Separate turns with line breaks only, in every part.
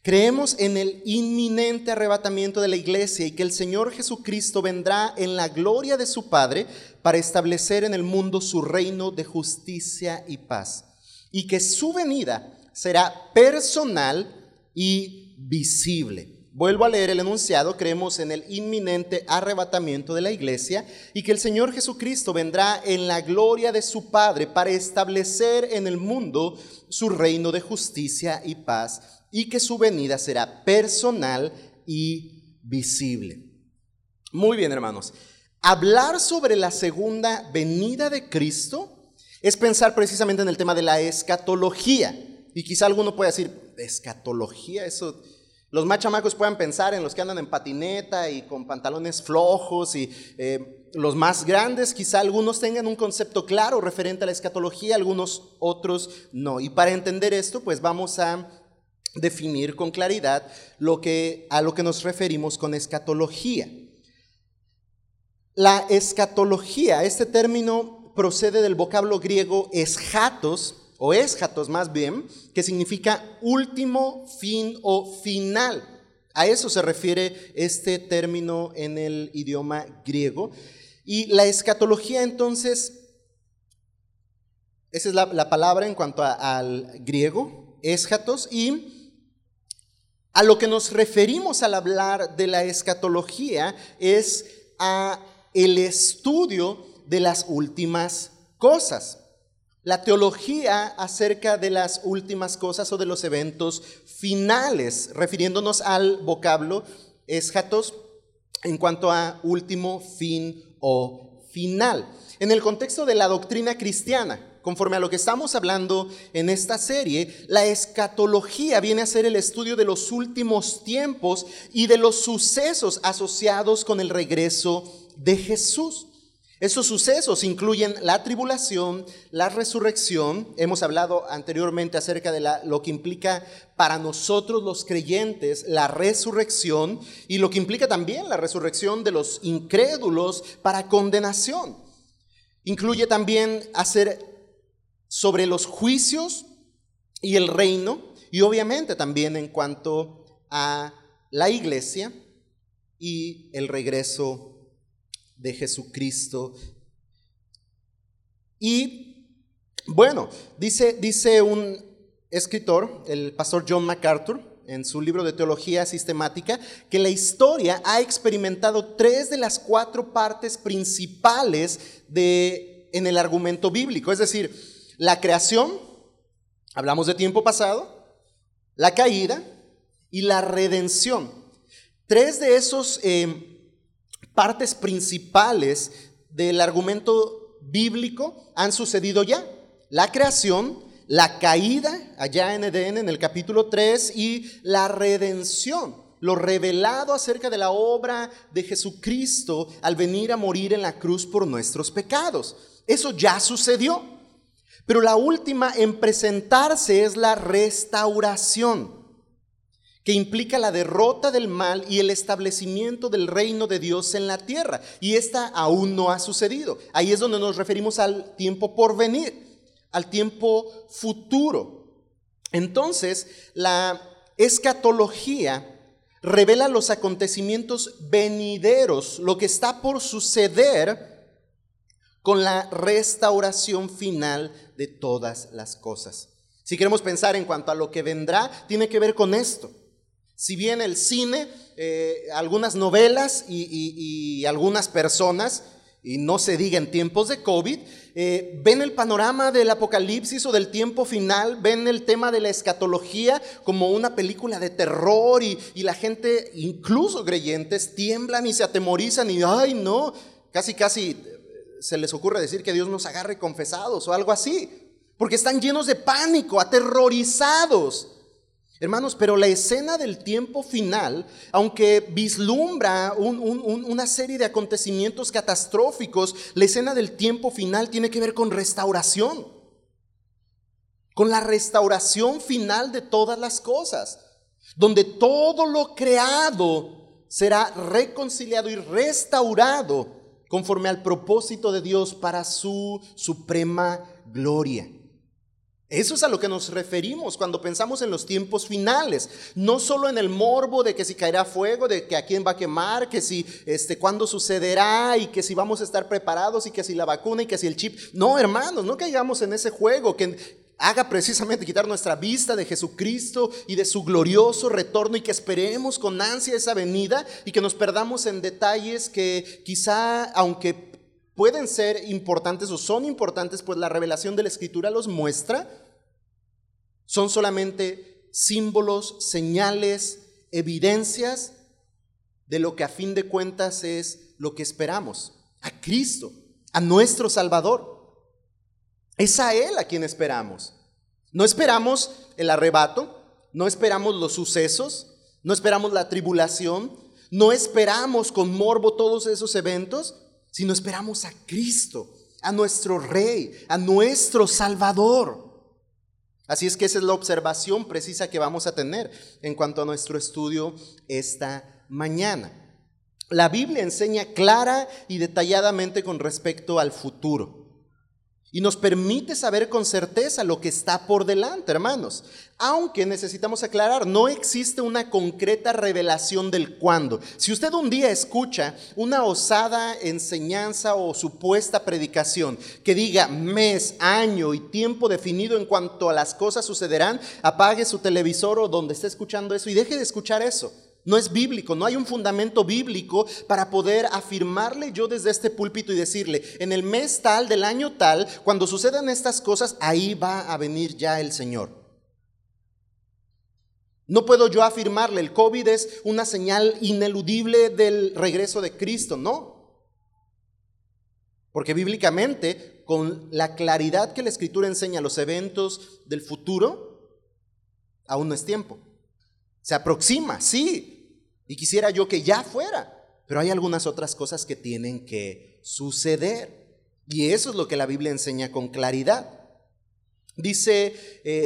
Creemos en el inminente arrebatamiento de la iglesia y que el Señor Jesucristo vendrá en la gloria de su Padre para establecer en el mundo su reino de justicia y paz. Y que su venida será personal y visible. Vuelvo a leer el enunciado. Creemos en el inminente arrebatamiento de la iglesia y que el Señor Jesucristo vendrá en la gloria de su Padre para establecer en el mundo su reino de justicia y paz. Y que su venida será personal y visible. Muy bien, hermanos. Hablar sobre la segunda venida de Cristo es pensar precisamente en el tema de la escatología. Y quizá alguno pueda decir, ¿escatología? Eso, los más chamacos puedan pensar en los que andan en patineta y con pantalones flojos y los más grandes, quizá algunos tengan un concepto claro referente a la escatología, algunos otros no. Y para entender esto, pues vamos a definir con claridad a lo que nos referimos con escatología. La escatología, este término procede del vocablo griego eschatos, o eschatos más bien, que significa último, fin o final. A eso se refiere este término en el idioma griego. Y la escatología entonces, esa es la palabra en cuanto al griego, eschatos, y a lo que nos referimos al hablar de la escatología es a el estudio de las últimas cosas. La teología acerca de las últimas cosas o de los eventos finales, refiriéndonos al vocablo eschatos en cuanto a último, fin o final. En el contexto de la doctrina cristiana, conforme a lo que estamos hablando en esta serie, la escatología viene a ser el estudio de los últimos tiempos y de los sucesos asociados con el regreso de Jesús. Esos sucesos incluyen la tribulación, la resurrección. Hemos hablado anteriormente acerca de lo que implica para nosotros los creyentes la resurrección y lo que implica también la resurrección de los incrédulos para condenación. Incluye también hacer sobre los juicios y el reino, y obviamente también en cuanto a la iglesia y el regreso de Jesucristo. Y bueno, dice un escritor, el pastor John MacArthur, en su libro de teología sistemática, que la historia ha experimentado 3 de las 4 partes principales en el argumento bíblico, es decir, la creación, hablamos de tiempo pasado, la caída y la redención. 3 de esos partes principales del argumento bíblico han sucedido ya. La creación, la caída allá en Edén en el capítulo 3 y la redención, lo revelado acerca de la obra de Jesucristo al venir a morir en la cruz por nuestros pecados. Eso ya sucedió. Pero la última en presentarse es la restauración, que implica la derrota del mal y el establecimiento del reino de Dios en la tierra. Y esta aún no ha sucedido. Ahí es donde nos referimos al tiempo por venir, al tiempo futuro. Entonces, la escatología revela los acontecimientos venideros, lo que está por suceder con la restauración final de todas las cosas. Si queremos pensar en cuanto a lo que vendrá, tiene que ver con esto. Si bien el cine, algunas novelas y algunas personas, y no se diga en tiempos de COVID, ven el panorama del apocalipsis o del tiempo final, ven el tema de la escatología como una película de terror y la gente, incluso creyentes, tiemblan y se atemorizan y ¡ay no! Casi se les ocurre decir que Dios nos agarre confesados o algo así, porque están llenos de pánico, aterrorizados. Hermanos, pero la escena del tiempo final, aunque vislumbra una serie de acontecimientos catastróficos, la escena del tiempo final tiene que ver con restauración, con la restauración final de todas las cosas, donde todo lo creado será reconciliado y restaurado conforme al propósito de Dios para su suprema gloria. Eso es a lo que nos referimos cuando pensamos en los tiempos finales. No solo en el morbo de que si caerá fuego, de que a quién va a quemar, que si cuándo sucederá y que si vamos a estar preparados y que si la vacuna y que si el chip. No, hermanos, no caigamos en ese juego que haga precisamente quitar nuestra vista de Jesucristo y de su glorioso retorno, y que esperemos con ansia esa venida y que nos perdamos en detalles que quizá, aunque pueden ser importantes o son importantes, pues la revelación de la Escritura los muestra, son solamente símbolos, señales, evidencias de lo que a fin de cuentas es lo que esperamos: a Cristo, a nuestro Salvador. Es a Él a quien esperamos. No esperamos el arrebato, no esperamos los sucesos, no esperamos la tribulación, no esperamos con morbo todos esos eventos, sino esperamos a Cristo, a nuestro Rey, a nuestro Salvador. Así es que esa es la observación precisa que vamos a tener en cuanto a nuestro estudio esta mañana. La Biblia enseña clara y detalladamente con respecto al futuro, y nos permite saber con certeza lo que está por delante, hermanos. Aunque necesitamos aclarar, no existe una concreta revelación del cuándo. Si usted un día escucha una osada enseñanza o supuesta predicación que diga mes, año y tiempo definido en cuanto a las cosas sucederán, apague su televisor o donde esté escuchando eso y deje de escuchar eso. No es bíblico, no hay un fundamento bíblico para poder afirmarle yo desde este púlpito y decirle: en el mes tal, del año tal, cuando sucedan estas cosas, ahí va a venir ya el Señor. No puedo yo afirmarle: el COVID es una señal ineludible del regreso de Cristo, no. Porque bíblicamente, con la claridad que la Escritura enseña los eventos del futuro, aún no es tiempo. Se aproxima, sí, y quisiera yo que ya fuera, pero hay algunas otras cosas que tienen que suceder, y eso es lo que la Biblia enseña con claridad. Dice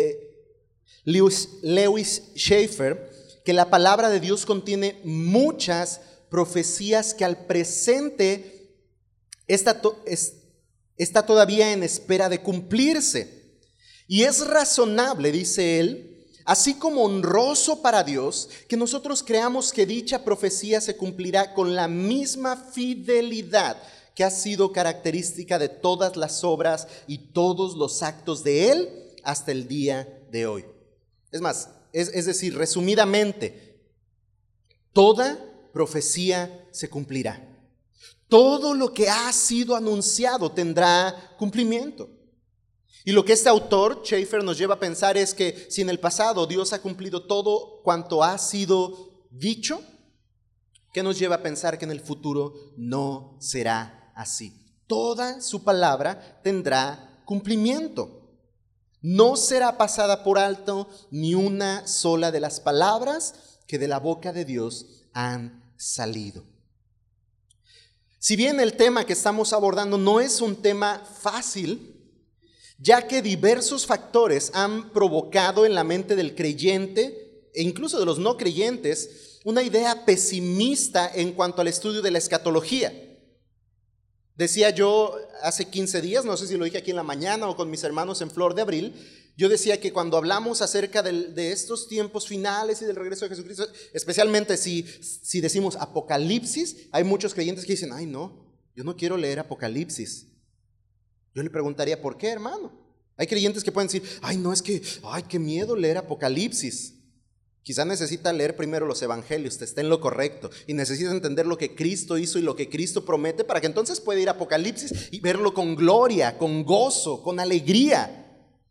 Lewis Schaeffer que la palabra de Dios contiene muchas profecías que al presente está todavía en espera de cumplirse, y es razonable, dice él, así como honroso para Dios, que nosotros creamos que dicha profecía se cumplirá con la misma fidelidad que ha sido característica de todas las obras y todos los actos de Él hasta el día de hoy. Es más, es decir, resumidamente, toda profecía se cumplirá. Todo lo que ha sido anunciado tendrá cumplimiento. Y lo que este autor, Schaeffer, nos lleva a pensar es que si en el pasado Dios ha cumplido todo cuanto ha sido dicho, ¿qué nos lleva a pensar que en el futuro no será así? Toda su palabra tendrá cumplimiento. No será pasada por alto ni una sola de las palabras que de la boca de Dios han salido. Si bien el tema que estamos abordando no es un tema fácil, ya que diversos factores han provocado en la mente del creyente e incluso de los no creyentes una idea pesimista en cuanto al estudio de la escatología. Decía yo hace 15 días, no sé si lo dije aquí en la mañana o con mis hermanos en Flor de Abril, yo decía que cuando hablamos acerca de estos tiempos finales y del regreso de Jesucristo, especialmente si decimos Apocalipsis, hay muchos creyentes que dicen: ay no, yo no quiero leer Apocalipsis. Yo le preguntaría: ¿por qué, hermano? Hay creyentes que pueden decir: ay no, es que, ay, qué miedo leer Apocalipsis. Quizá necesita leer primero los evangelios, está en lo correcto, y necesita entender lo que Cristo hizo y lo que Cristo promete para que entonces pueda ir a Apocalipsis y verlo con gloria, con gozo, con alegría.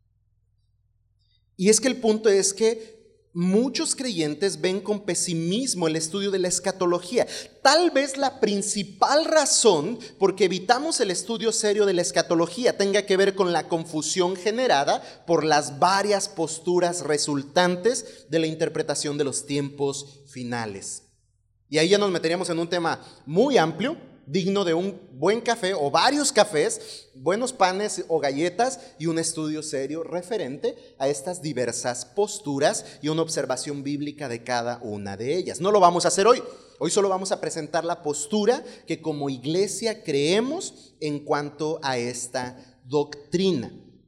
Y es que el punto es que muchos creyentes ven con pesimismo el estudio de la escatología. Tal vez la principal razón por que evitamos el estudio serio de la escatología tenga que ver con la confusión generada por las varias posturas resultantes de la interpretación de los tiempos finales. Y ahí ya nos meteríamos en un tema muy amplio, digno de un buen café o varios cafés, buenos panes o galletas y un estudio serio referente a estas diversas posturas y una observación bíblica de cada una de ellas. No lo vamos a hacer hoy. Hoy solo vamos a presentar la postura que como iglesia creemos en cuanto a esta doctrina.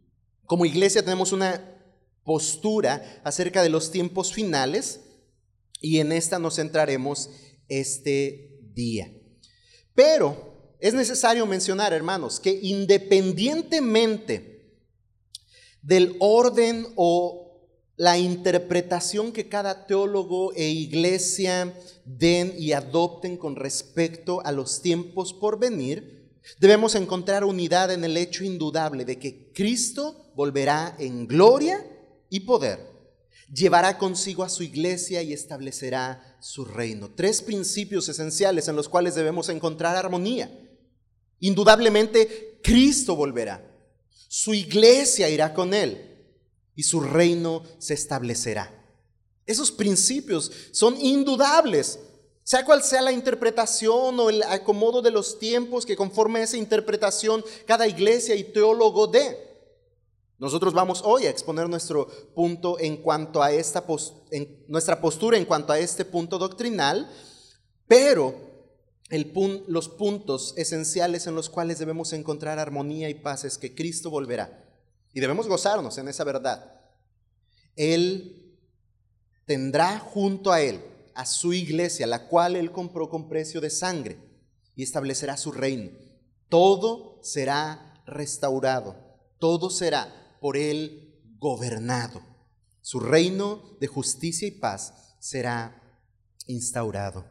Como iglesia tenemos una postura acerca de los tiempos finales y en esta nos centraremos este día. Pero es necesario mencionar, hermanos, que independientemente del orden o la interpretación que cada teólogo e iglesia den y adopten con respecto a los tiempos por venir, debemos encontrar unidad en el hecho indudable de que Cristo volverá en gloria y poder, llevará consigo a su iglesia y establecerá su reino. Tres principios esenciales en los cuales debemos encontrar armonía. Indudablemente, Cristo volverá, su iglesia irá con él y su reino se establecerá. Esos principios son indudables, sea cual sea la interpretación o el acomodo de los tiempos que conforme a esa interpretación cada iglesia y teólogo dé. Nosotros vamos hoy a exponer nuestro punto en cuanto a nuestra postura en cuanto a este punto doctrinal, pero los puntos esenciales en los cuales debemos encontrar armonía y paz es que Cristo volverá y debemos gozarnos en esa verdad. Él tendrá junto a él a su iglesia, la cual él compró con precio de sangre, y establecerá su reino. Todo será restaurado, todo será por él gobernado. Su reino de justicia y paz será instaurado.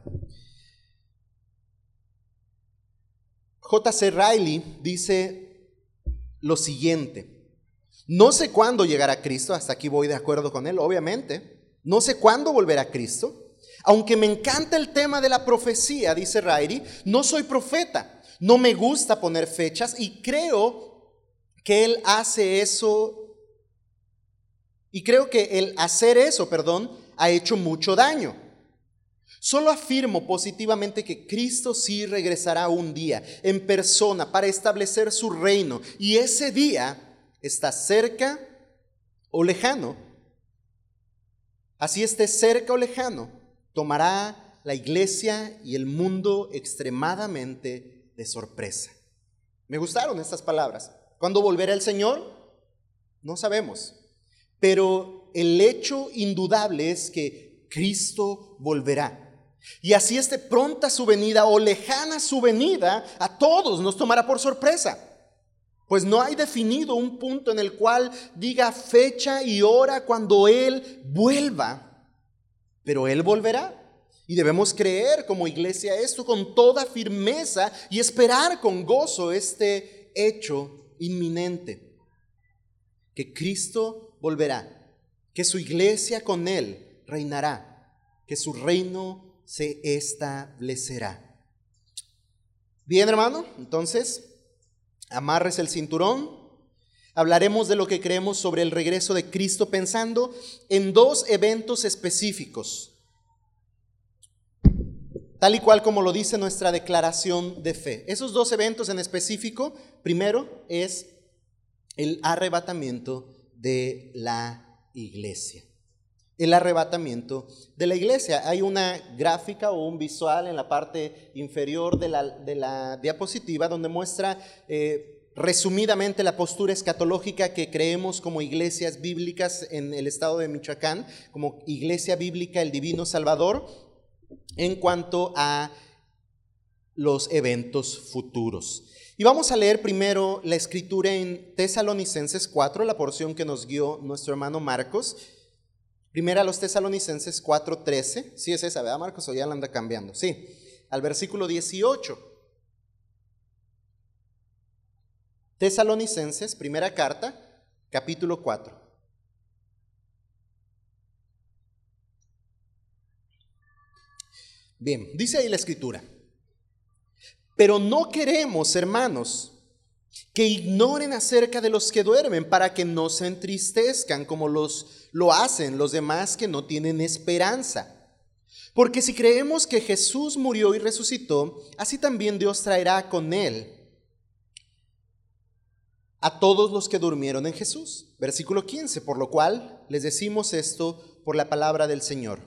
J.C. Riley dice lo siguiente: no sé cuándo llegará Cristo, hasta aquí voy de acuerdo con él, obviamente. No sé cuándo volverá Cristo. Aunque me encanta el tema de la profecía, dice Riley, no soy profeta, no me gusta poner fechas y creo que él hace eso, y creo que el hacer eso, ha hecho mucho daño. Solo afirmo positivamente que Cristo sí regresará un día en persona para establecer su reino, y ese día está cerca o lejano. Así esté cerca o lejano, tomará la iglesia y el mundo extremadamente de sorpresa. Me gustaron estas palabras. ¿Cuándo volverá el Señor? No sabemos. Pero el hecho indudable es que Cristo volverá. Y así esté pronta su venida o lejana su venida, a todos nos tomará por sorpresa. Pues no hay definido un punto en el cual diga fecha y hora cuando Él vuelva. Pero Él volverá. Y debemos creer como iglesia esto con toda firmeza y esperar con gozo este hecho inminente. Que Cristo volverá, que su iglesia con Él reinará, que su reino se establecerá. Bien, hermano, entonces amarres el cinturón. Hablaremos de lo que creemos sobre el regreso de Cristo pensando en dos eventos específicos, tal y cual como lo dice nuestra declaración de fe. Esos dos eventos en específico, primero es el arrebatamiento de la iglesia. El arrebatamiento de la iglesia. Hay una gráfica o un visual en la parte inferior de la diapositiva donde muestra resumidamente la postura escatológica que creemos como iglesias bíblicas en el estado de Michoacán, como Iglesia Bíblica El Divino Salvador, en cuanto a los eventos futuros. Y vamos a leer primero la escritura en Tesalonicenses 4, la porción que nos guió nuestro hermano Marcos. Primera a los Tesalonicenses 4:13. Sí es esa, ¿verdad, Marcos? O ya la anda cambiando. Sí, al versículo 18. Tesalonicenses, primera carta, capítulo 4. Bien, dice ahí la escritura: pero no queremos, hermanos, que ignoren acerca de los que duermen, para que no se entristezcan como lo hacen los demás que no tienen esperanza. Porque si creemos que Jesús murió y resucitó, así también Dios traerá con él a todos los que durmieron en Jesús. Versículo 15, por lo cual les decimos esto por la palabra del Señor,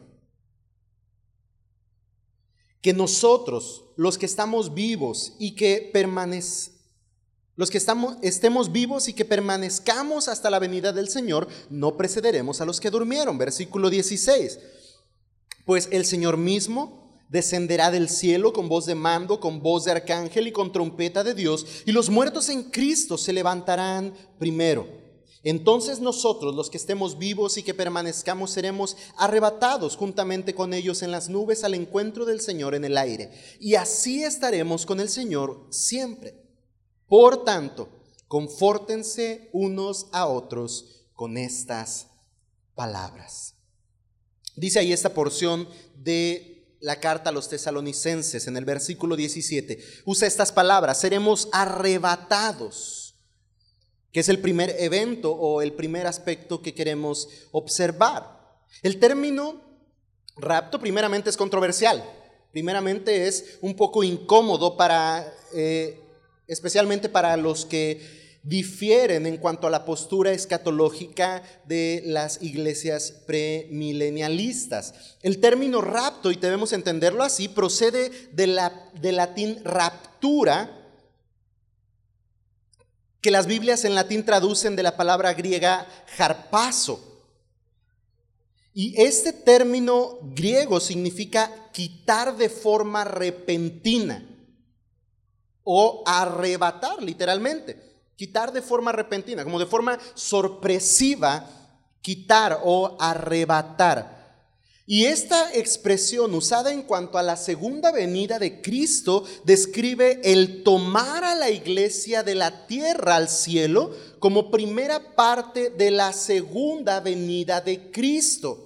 que nosotros, los que estamos vivos y que Los que estemos vivos y que permanezcamos hasta la venida del Señor, no precederemos a los que durmieron. Versículo 16. Pues el Señor mismo descenderá del cielo con voz de mando, con voz de arcángel y con trompeta de Dios, y los muertos en Cristo se levantarán primero. Entonces nosotros, los que estemos vivos y que permanezcamos, seremos arrebatados juntamente con ellos en las nubes al encuentro del Señor en el aire. Y así estaremos con el Señor siempre. Por tanto, confórtense unos a otros con estas palabras. Dice ahí esta porción de la carta a los tesalonicenses en el versículo 17. Usa estas palabras: seremos arrebatados, que es el primer evento o el primer aspecto que queremos observar. El término rapto primeramente es controversial, primeramente es un poco incómodo especialmente para los que difieren en cuanto a la postura escatológica de las iglesias premilenialistas. El término rapto, y debemos entenderlo así, procede del latín raptura, que las Biblias en latín traducen de la palabra griega harpazo. Y este término griego significa quitar de forma repentina o arrebatar, literalmente. Quitar de forma repentina, como de forma sorpresiva, quitar o arrebatar. Y esta expresión usada en cuanto a la segunda venida de Cristo describe el tomar a la iglesia de la tierra al cielo como primera parte de la segunda venida de Cristo.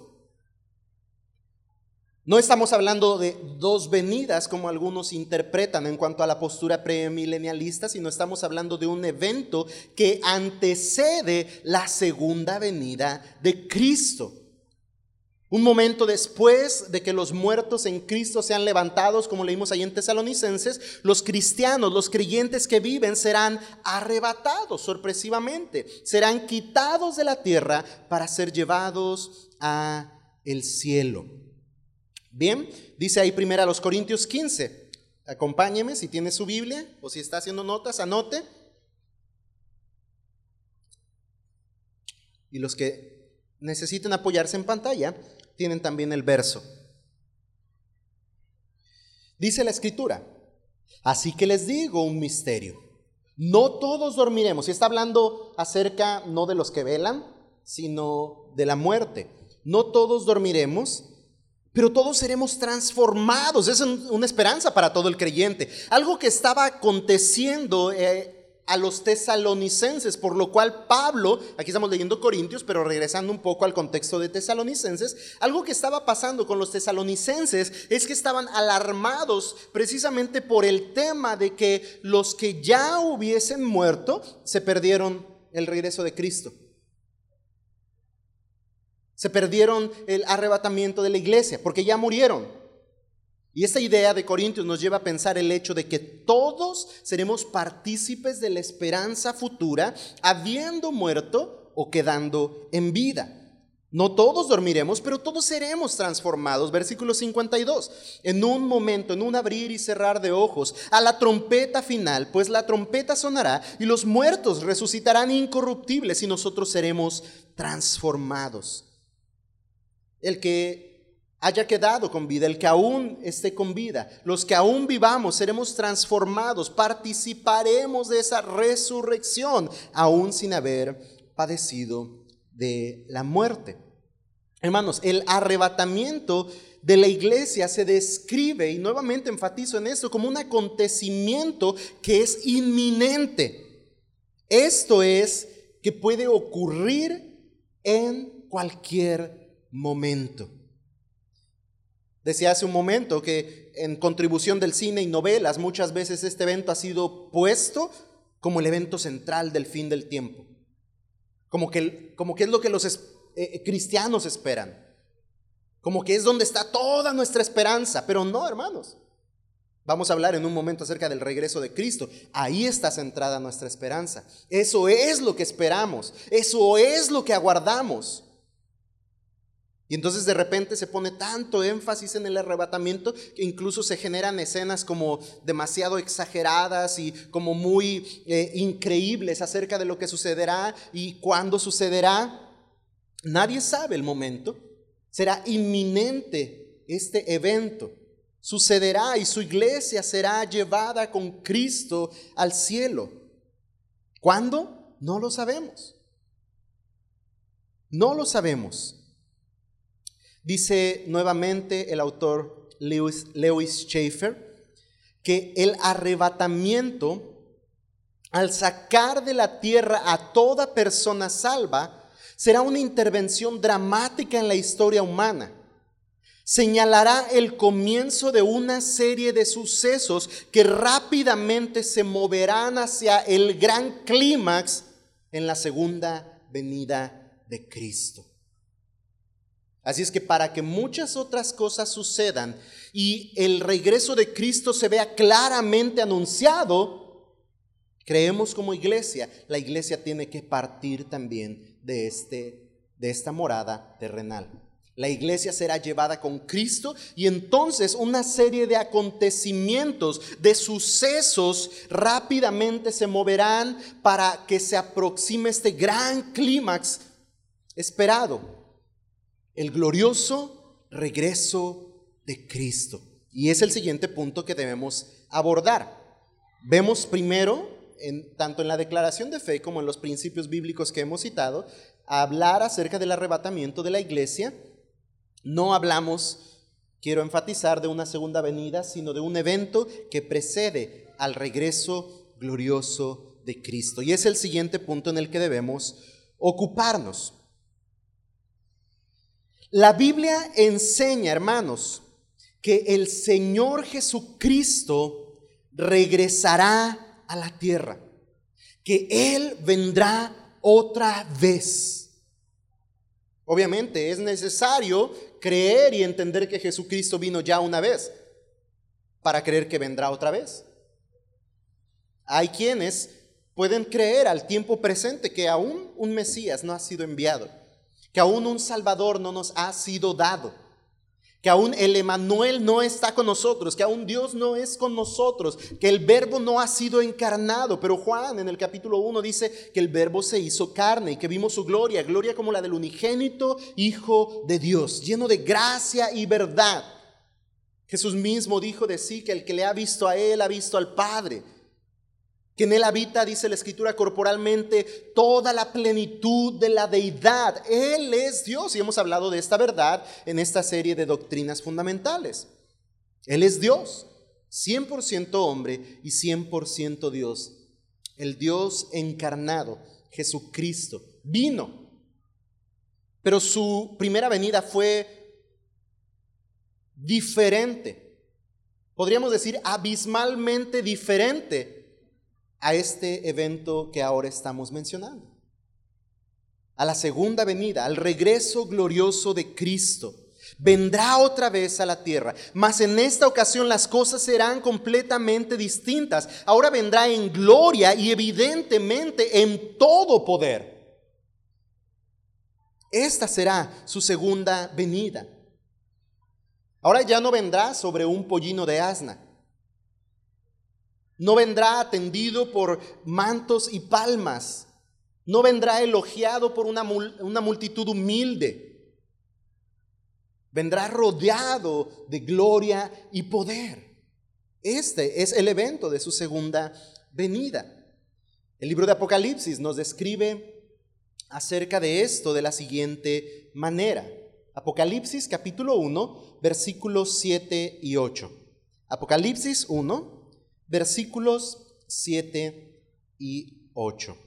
No estamos hablando de dos venidas como algunos interpretan en cuanto a la postura premilenialista, sino estamos hablando de un evento que antecede la segunda venida de Cristo. Un momento después de que los muertos en Cristo sean levantados, como leímos ahí en Tesalonicenses, los cristianos, los creyentes que viven serán arrebatados sorpresivamente, serán quitados de la tierra para ser llevados a el cielo. Bien, dice ahí primero a los Corintios 15. Acompáñeme si tiene su Biblia o si está haciendo notas, anote. Y los que necesiten apoyarse en pantalla tienen también el verso. Dice la Escritura: así que les digo un misterio. No todos dormiremos. Y está hablando acerca no de los que velan, sino de la muerte. No todos dormiremos, pero todos seremos transformados. Es una esperanza para todo el creyente. Algo que estaba aconteciendo a los tesalonicenses, por lo cual Pablo, aquí estamos leyendo Corintios, pero regresando un poco al contexto de tesalonicenses, algo que estaba pasando con los tesalonicenses es que estaban alarmados precisamente por el tema de que los que ya hubiesen muerto se perdieron el regreso de Cristo. Se perdieron el arrebatamiento de la iglesia porque ya murieron. Y esta idea de Corintios nos lleva a pensar el hecho de que todos seremos partícipes de la esperanza futura, habiendo muerto o quedando en vida. No todos dormiremos, pero todos seremos transformados. Versículo 52. En un momento, en un abrir y cerrar de ojos, a la trompeta final, pues la trompeta sonará y los muertos resucitarán incorruptibles y nosotros seremos transformados. El que haya quedado con vida, el que aún esté con vida, los que aún vivamos, seremos transformados, participaremos de esa resurrección, aún sin haber padecido de la muerte. Hermanos, el arrebatamiento de la iglesia se describe, y nuevamente enfatizo en esto, como un acontecimiento que es inminente. Esto es, que puede ocurrir en cualquier momento. Decía hace un momento que en contribución del cine y novelas muchas veces este evento ha sido puesto como el evento central del fin del tiempo, como que es lo que los cristianos esperan, como que es donde está toda nuestra esperanza. Pero no, hermanos, vamos a hablar en un momento acerca del regreso de Cristo. Ahí está centrada nuestra esperanza. Eso es lo que esperamos, eso es lo que aguardamos. Y entonces de repente se pone tanto énfasis en el arrebatamiento que incluso se generan escenas como demasiado exageradas y como muy increíbles acerca de lo que sucederá y cuándo sucederá. Nadie sabe el momento. Será inminente este evento. Sucederá y su iglesia será llevada con Cristo al cielo. ¿Cuándo? No lo sabemos. No lo sabemos. Dice nuevamente el autor Lewis Schaeffer que el arrebatamiento, al sacar de la tierra a toda persona salva, será una intervención dramática en la historia humana. Señalará el comienzo de una serie de sucesos que rápidamente se moverán hacia el gran clímax en la segunda venida de Cristo. Así es que para que muchas otras cosas sucedan y el regreso de Cristo se vea claramente anunciado, creemos como iglesia, la iglesia tiene que partir también de esta morada terrenal. La iglesia será llevada con Cristo y entonces una serie de acontecimientos, de sucesos rápidamente se moverán para que se aproxime este gran clímax esperado. El glorioso regreso de Cristo. Y es el siguiente punto que debemos abordar. Vemos primero, tanto en la declaración de fe como en los principios bíblicos que hemos citado, hablar acerca del arrebatamiento de la iglesia. No hablamos, quiero enfatizar, de una segunda venida, sino de un evento que precede al regreso glorioso de Cristo. Y es el siguiente punto en el que debemos ocuparnos. La Biblia enseña, hermanos, que el Señor Jesucristo regresará a la tierra, que Él vendrá otra vez. Obviamente es necesario creer y entender que Jesucristo vino ya una vez para creer que vendrá otra vez. Hay quienes pueden creer al tiempo presente que aún un Mesías no ha sido enviado, que aún un Salvador no nos ha sido dado, que aún el Emanuel no está con nosotros, que aún Dios no es con nosotros, que el Verbo no ha sido encarnado. Pero Juan en el capítulo 1 dice que el Verbo se hizo carne y que vimos su gloria, gloria como la del unigénito Hijo de Dios, lleno de gracia y verdad. Jesús mismo dijo de sí que el que le ha visto a Él ha visto al Padre, que en Él habita, dice la Escritura, corporalmente toda la plenitud de la deidad. Él es Dios y hemos hablado de esta verdad en esta serie de doctrinas fundamentales. Él es Dios, 100% hombre y 100% Dios. El Dios encarnado, Jesucristo, vino, pero su primera venida fue diferente. Podríamos decir abismalmente diferente a este evento que ahora estamos mencionando, a la segunda venida, al regreso glorioso de Cristo. Vendrá otra vez a la tierra, mas en esta ocasión las cosas serán completamente distintas. Ahora vendrá en gloria y evidentemente en todo poder. Esta será su segunda venida. Ahora ya no vendrá sobre un pollino de asna. No vendrá atendido por mantos y palmas. No vendrá elogiado por una multitud humilde. Vendrá rodeado de gloria y poder. Este es el evento de su segunda venida. El libro de Apocalipsis nos describe acerca de esto de la siguiente manera. Apocalipsis capítulo 1, versículos 7 y 8. Apocalipsis 1. Versículos 7 y 8.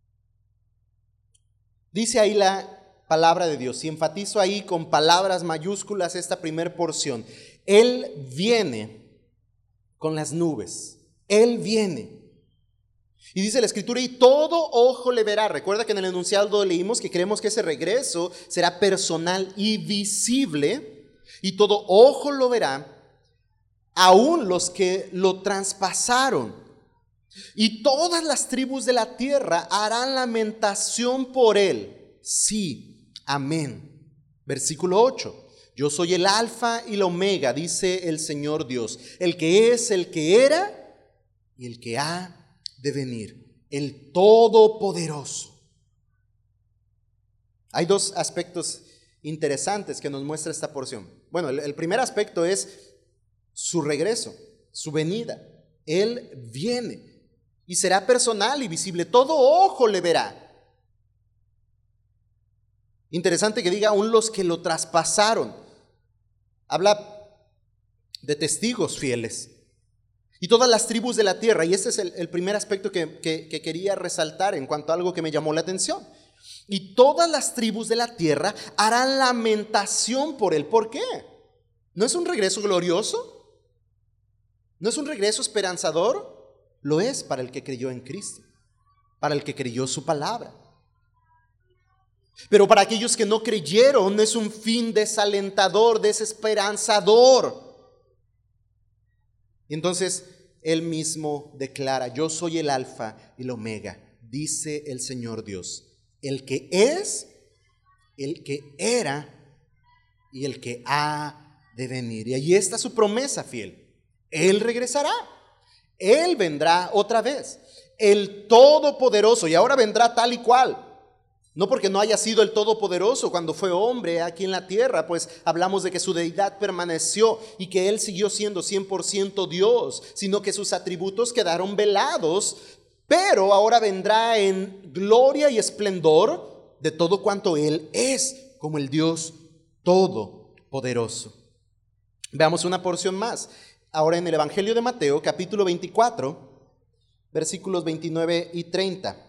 Dice ahí la palabra de Dios, y enfatizo ahí con palabras mayúsculas esta primer porción. Él viene con las nubes. Él viene. Y dice la Escritura, y todo ojo le verá. Recuerda que en el enunciado leímos que creemos que ese regreso será personal y visible, y todo ojo lo verá, aún los que lo traspasaron. Y todas las tribus de la tierra harán lamentación por él. Sí, amén. Versículo 8. Yo soy el Alfa y la Omega, dice el Señor Dios, el que es, el que era y el que ha de venir, el Todopoderoso. Hay dos aspectos interesantes que nos muestra esta porción. Bueno, el primer aspecto es su regreso, su venida. Él viene y será personal y visible, todo ojo le verá. Interesante que diga aún los que lo traspasaron. Habla de testigos fieles y todas las tribus de la tierra. Y este es el primer aspecto que quería resaltar en cuanto a algo que me llamó la atención. Y todas las tribus de la tierra harán lamentación por él. ¿Por qué? ¿No es un regreso glorioso? ¿No es un regreso esperanzador? Lo es para el que creyó en Cristo, para el que creyó su palabra. Pero para aquellos que no creyeron es un fin desalentador, desesperanzador. Y entonces él mismo declara: yo soy el Alfa y el Omega, dice el Señor Dios, el que es, el que era y el que ha de venir. Y allí está su promesa fiel. Él regresará, Él vendrá otra vez, el Todopoderoso, y ahora vendrá tal y cual. No porque no haya sido el Todopoderoso cuando fue hombre aquí en la tierra, pues hablamos de que su deidad permaneció y que Él siguió siendo 100% Dios, sino que sus atributos quedaron velados, pero ahora vendrá en gloria y esplendor de todo cuanto Él es, como el Dios Todopoderoso. Veamos una porción más. Ahora en el Evangelio de Mateo, capítulo 24, versículos 29 y 30.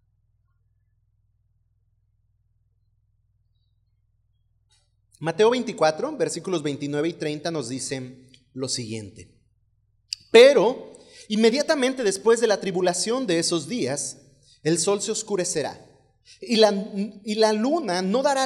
Mateo 24, versículos 29 y 30 nos dicen lo siguiente: pero inmediatamente después de la tribulación de esos días, el sol se oscurecerá y la luna no dará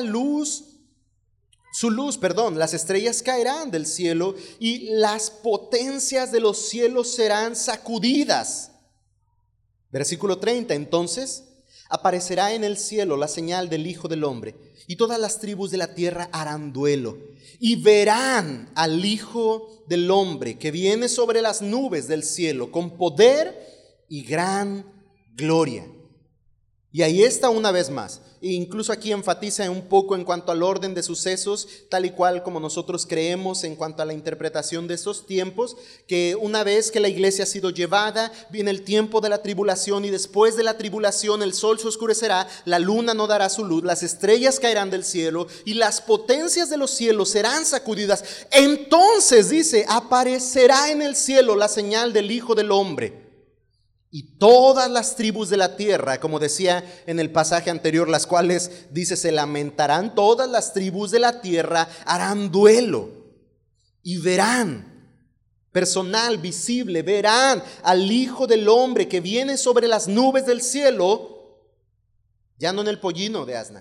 su luz, las estrellas caerán del cielo y las potencias de los cielos serán sacudidas. Versículo 30, entonces aparecerá en el cielo la señal del Hijo del Hombre, y todas las tribus de la tierra harán duelo, y verán al Hijo del Hombre que viene sobre las nubes del cielo con poder y gran gloria. Y ahí está una vez más. E incluso aquí enfatiza un poco en cuanto al orden de sucesos, tal y cual como nosotros creemos en cuanto a la interpretación de estos tiempos, que una vez que la iglesia ha sido llevada, viene el tiempo de la tribulación, y después de la tribulación el sol se oscurecerá, la luna no dará su luz, las estrellas caerán del cielo y las potencias de los cielos serán sacudidas. Entonces, dice, aparecerá en el cielo la señal del Hijo del Hombre. Y todas las tribus de la tierra, como decía en el pasaje anterior, las cuales, dice, se lamentarán, todas las tribus de la tierra harán duelo y verán, personal, visible, verán al Hijo del Hombre que viene sobre las nubes del cielo, ya no en el pollino de asna,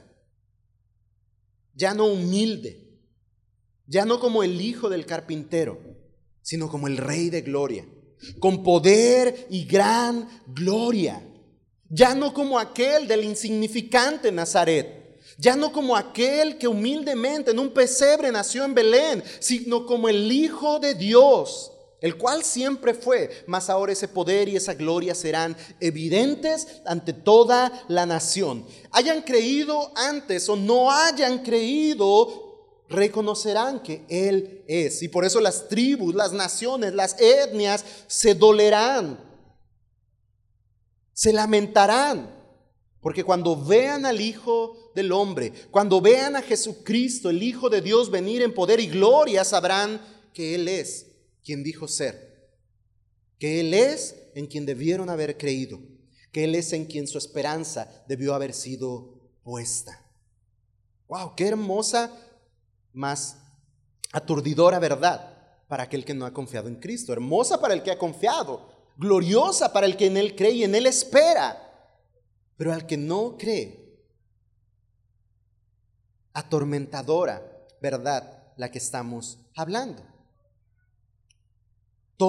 ya no humilde, ya no como el hijo del carpintero, sino como el Rey de gloria, con poder y gran gloria, ya no como aquel del insignificante Nazaret, ya no como aquel que humildemente en un pesebre nació en Belén, sino como el Hijo de Dios, el cual siempre fue, mas ahora ese poder y esa gloria serán evidentes ante toda la nación. Hayan creído antes o no hayan creído, reconocerán que Él es. Y por eso las tribus, las naciones, las etnias se dolerán, se lamentarán, porque cuando vean al Hijo del Hombre, cuando vean a Jesucristo, el Hijo de Dios, venir en poder y gloria, sabrán que Él es quien dijo ser, que Él es en quien debieron haber creído, que Él es en quien su esperanza debió haber sido puesta. ¡Wow! ¡Qué hermosa, más aturdidora verdad para aquel que no ha confiado en Cristo! Hermosa para el que ha confiado, gloriosa para el que en Él cree y en Él espera. Pero al que no cree, atormentadora verdad la que estamos hablando.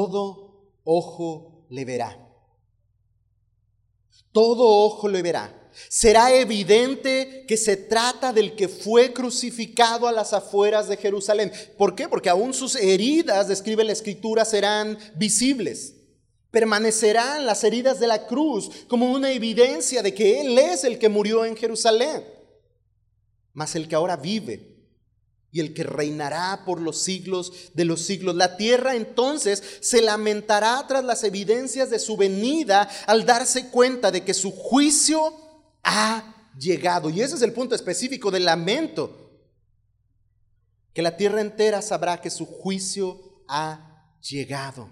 Todo ojo le verá. Todo ojo le verá. Será evidente que se trata del que fue crucificado a las afueras de Jerusalén. ¿Por qué? Porque aún sus heridas, describe la Escritura, serán visibles. Permanecerán las heridas de la cruz como una evidencia de que Él es el que murió en Jerusalén, mas el que ahora vive y el que reinará por los siglos de los siglos. La tierra entonces se lamentará tras las evidencias de su venida al darse cuenta de que su juicio ha llegado. Y ese es el punto específico del lamento, que la tierra entera sabrá que su juicio ha llegado.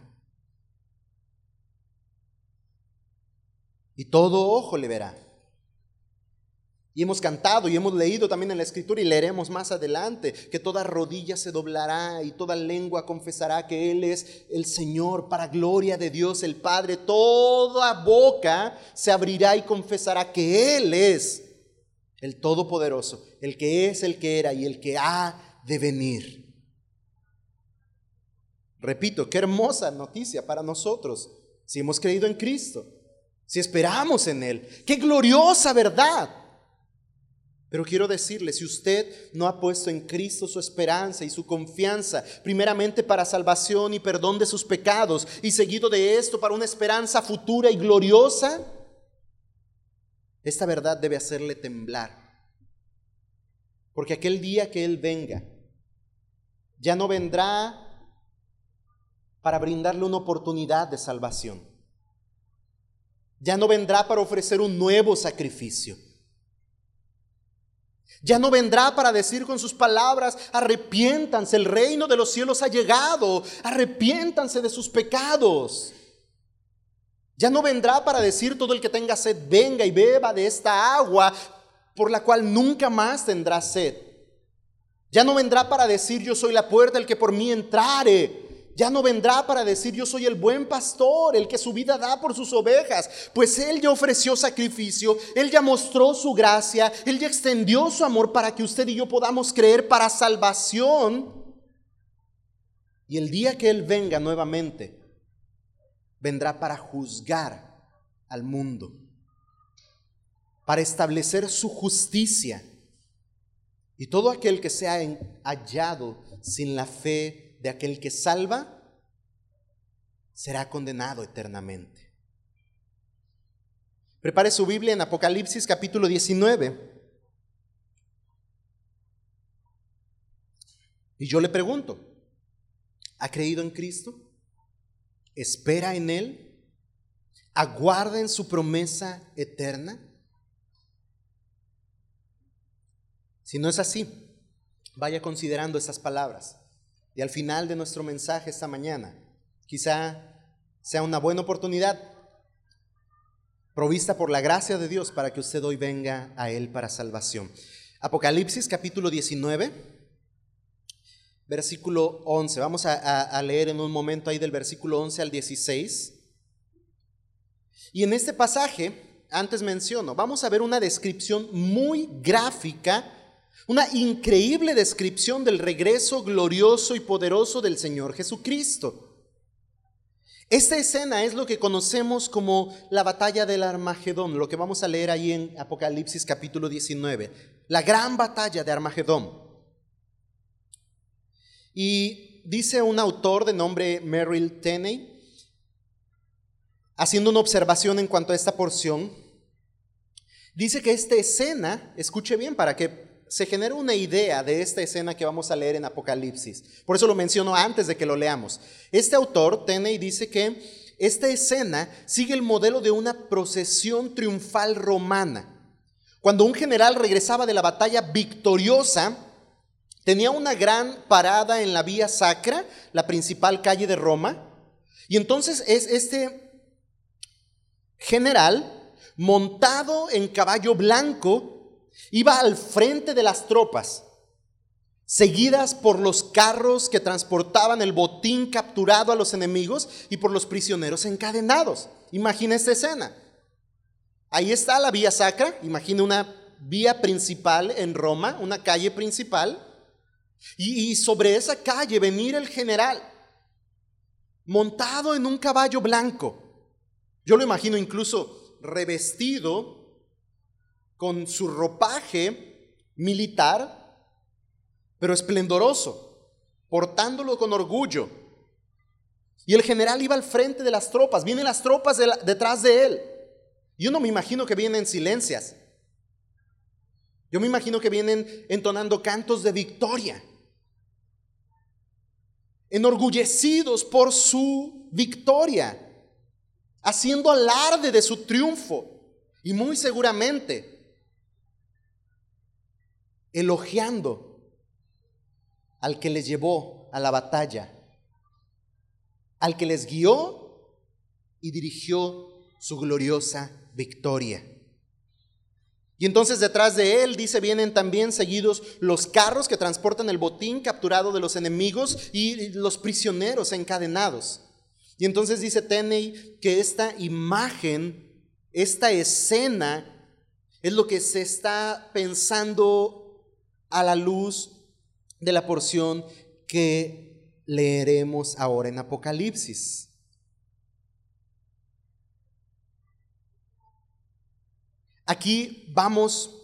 Y todo ojo le verá. Y hemos cantado y hemos leído también en la Escritura y leeremos más adelante que toda rodilla se doblará y toda lengua confesará que Él es el Señor, para gloria de Dios el Padre. Toda boca se abrirá y confesará que Él es el Todopoderoso, el que es, el que era y el que ha de venir. Repito, qué hermosa noticia para nosotros si hemos creído en Cristo, si esperamos en Él. Qué gloriosa verdad. Pero quiero decirle, si usted no ha puesto en Cristo su esperanza y su confianza, primeramente para salvación y perdón de sus pecados, y seguido de esto para una esperanza futura y gloriosa, esta verdad debe hacerle temblar. Porque aquel día que Él venga, ya no vendrá para brindarle una oportunidad de salvación. Ya no vendrá para ofrecer un nuevo sacrificio. Ya no vendrá para decir con sus palabras: arrepiéntanse, el reino de los cielos ha llegado, arrepiéntanse de sus pecados. Ya no vendrá para decir: todo el que tenga sed, venga y beba de esta agua, por la cual nunca más tendrá sed. Ya no vendrá para decir: yo soy la puerta, el que por mí entrare. Ya no vendrá para decir: yo soy el buen pastor, el que su vida da por sus ovejas. Pues Él ya ofreció sacrificio, Él ya mostró su gracia, Él ya extendió su amor para que usted y yo podamos creer para salvación. Y el día que Él venga nuevamente, vendrá para juzgar al mundo, para establecer su justicia. Y todo aquel que sea hallado sin la fe de aquel que salva, será condenado eternamente. Prepare su Biblia en Apocalipsis capítulo 19. Y yo le pregunto, ¿ha creído en Cristo? ¿Espera en Él? ¿Aguarda en su promesa eterna? Si no es así, vaya considerando estas palabras. Y al final de nuestro mensaje esta mañana, quizá sea una buena oportunidad provista por la gracia de Dios para que usted hoy venga a Él para salvación. Apocalipsis capítulo 19, versículo 11. Vamos a leer en un momento ahí del versículo 11 al 16. Y en este pasaje, antes menciono, vamos a ver una descripción muy gráfica, una increíble descripción del regreso glorioso y poderoso del Señor Jesucristo. Esta escena es lo que conocemos como la batalla del Armagedón, lo que vamos a leer ahí en Apocalipsis capítulo 19, la gran batalla de Armagedón. Y dice un autor de nombre Merrill Tenney, haciendo una observación en cuanto a esta porción, dice que esta escena, escuche bien para que se genera una idea de esta escena que vamos a leer en Apocalipsis. Por eso lo menciono antes de que lo leamos. Este autor, Tenney, dice que esta escena sigue el modelo de una procesión triunfal romana. Cuando un general regresaba de la batalla victoriosa, tenía una gran parada en la Vía Sacra, la principal calle de Roma, y entonces es este general montado en caballo blanco, iba al frente de las tropas, seguidas por los carros que transportaban el botín capturado a los enemigos y por los prisioneros encadenados. Imagina esta escena. Ahí está la Vía Sacra, imagina una vía principal en Roma, una calle principal, y sobre esa calle venir el general, montado en un caballo blanco. Yo lo imagino incluso revestido con su ropaje militar, pero esplendoroso, portándolo con orgullo. Y el general iba al frente de las tropas, vienen las tropas detrás de él. Yo no me imagino que vienen silencias. Yo me imagino que vienen entonando cantos de victoria, enorgullecidos por su victoria, haciendo alarde de su triunfo y muy seguramente elogiando al que les llevó a la batalla, al que les guió y dirigió su gloriosa victoria. Y entonces detrás de él, dice, vienen también seguidos los carros que transportan el botín capturado de los enemigos y los prisioneros encadenados. Y entonces dice Tenney que esta imagen, esta escena, es lo que se está pensando a la luz de la porción que leeremos ahora en Apocalipsis. Aquí vamos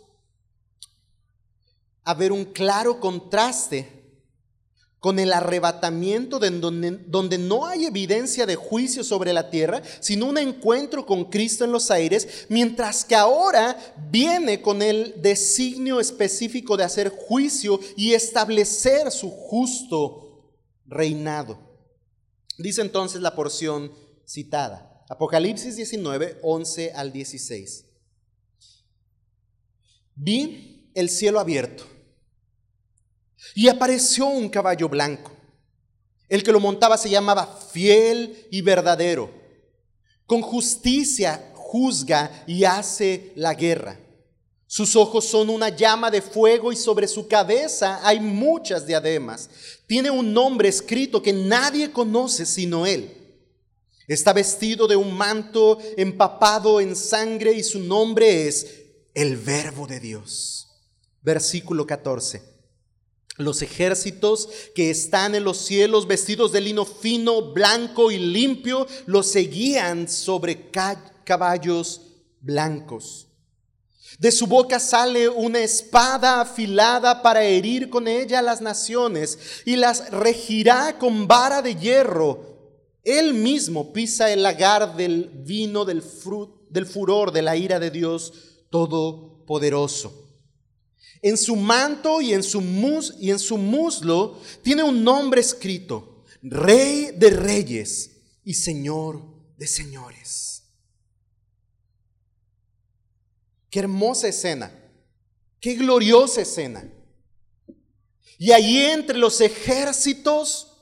a ver un claro contraste con el arrebatamiento donde no hay evidencia de juicio sobre la tierra, sino un encuentro con Cristo en los aires, mientras que ahora viene con el designio específico de hacer juicio y establecer su justo reinado. Dice entonces la porción citada, Apocalipsis 19, 11 al 16. Vi el cielo abierto y apareció un caballo blanco. El que lo montaba se llamaba Fiel y Verdadero. Con justicia juzga y hace la guerra. Sus ojos son una llama de fuego y sobre su cabeza hay muchas diademas. Tiene un nombre escrito que nadie conoce sino él. Está vestido de un manto empapado en sangre y su nombre es el Verbo de Dios. Versículo 14. Los ejércitos que están en los cielos vestidos de lino fino, blanco y limpio, los seguían sobre caballos blancos. De su boca sale una espada afilada para herir con ella a las naciones y las regirá con vara de hierro. Él mismo pisa el lagar del vino del furor de la ira de Dios Todopoderoso. En su manto y en su muslo tiene un nombre escrito: Rey de Reyes y Señor de Señores. Qué hermosa escena, qué gloriosa escena. Y allí entre los ejércitos,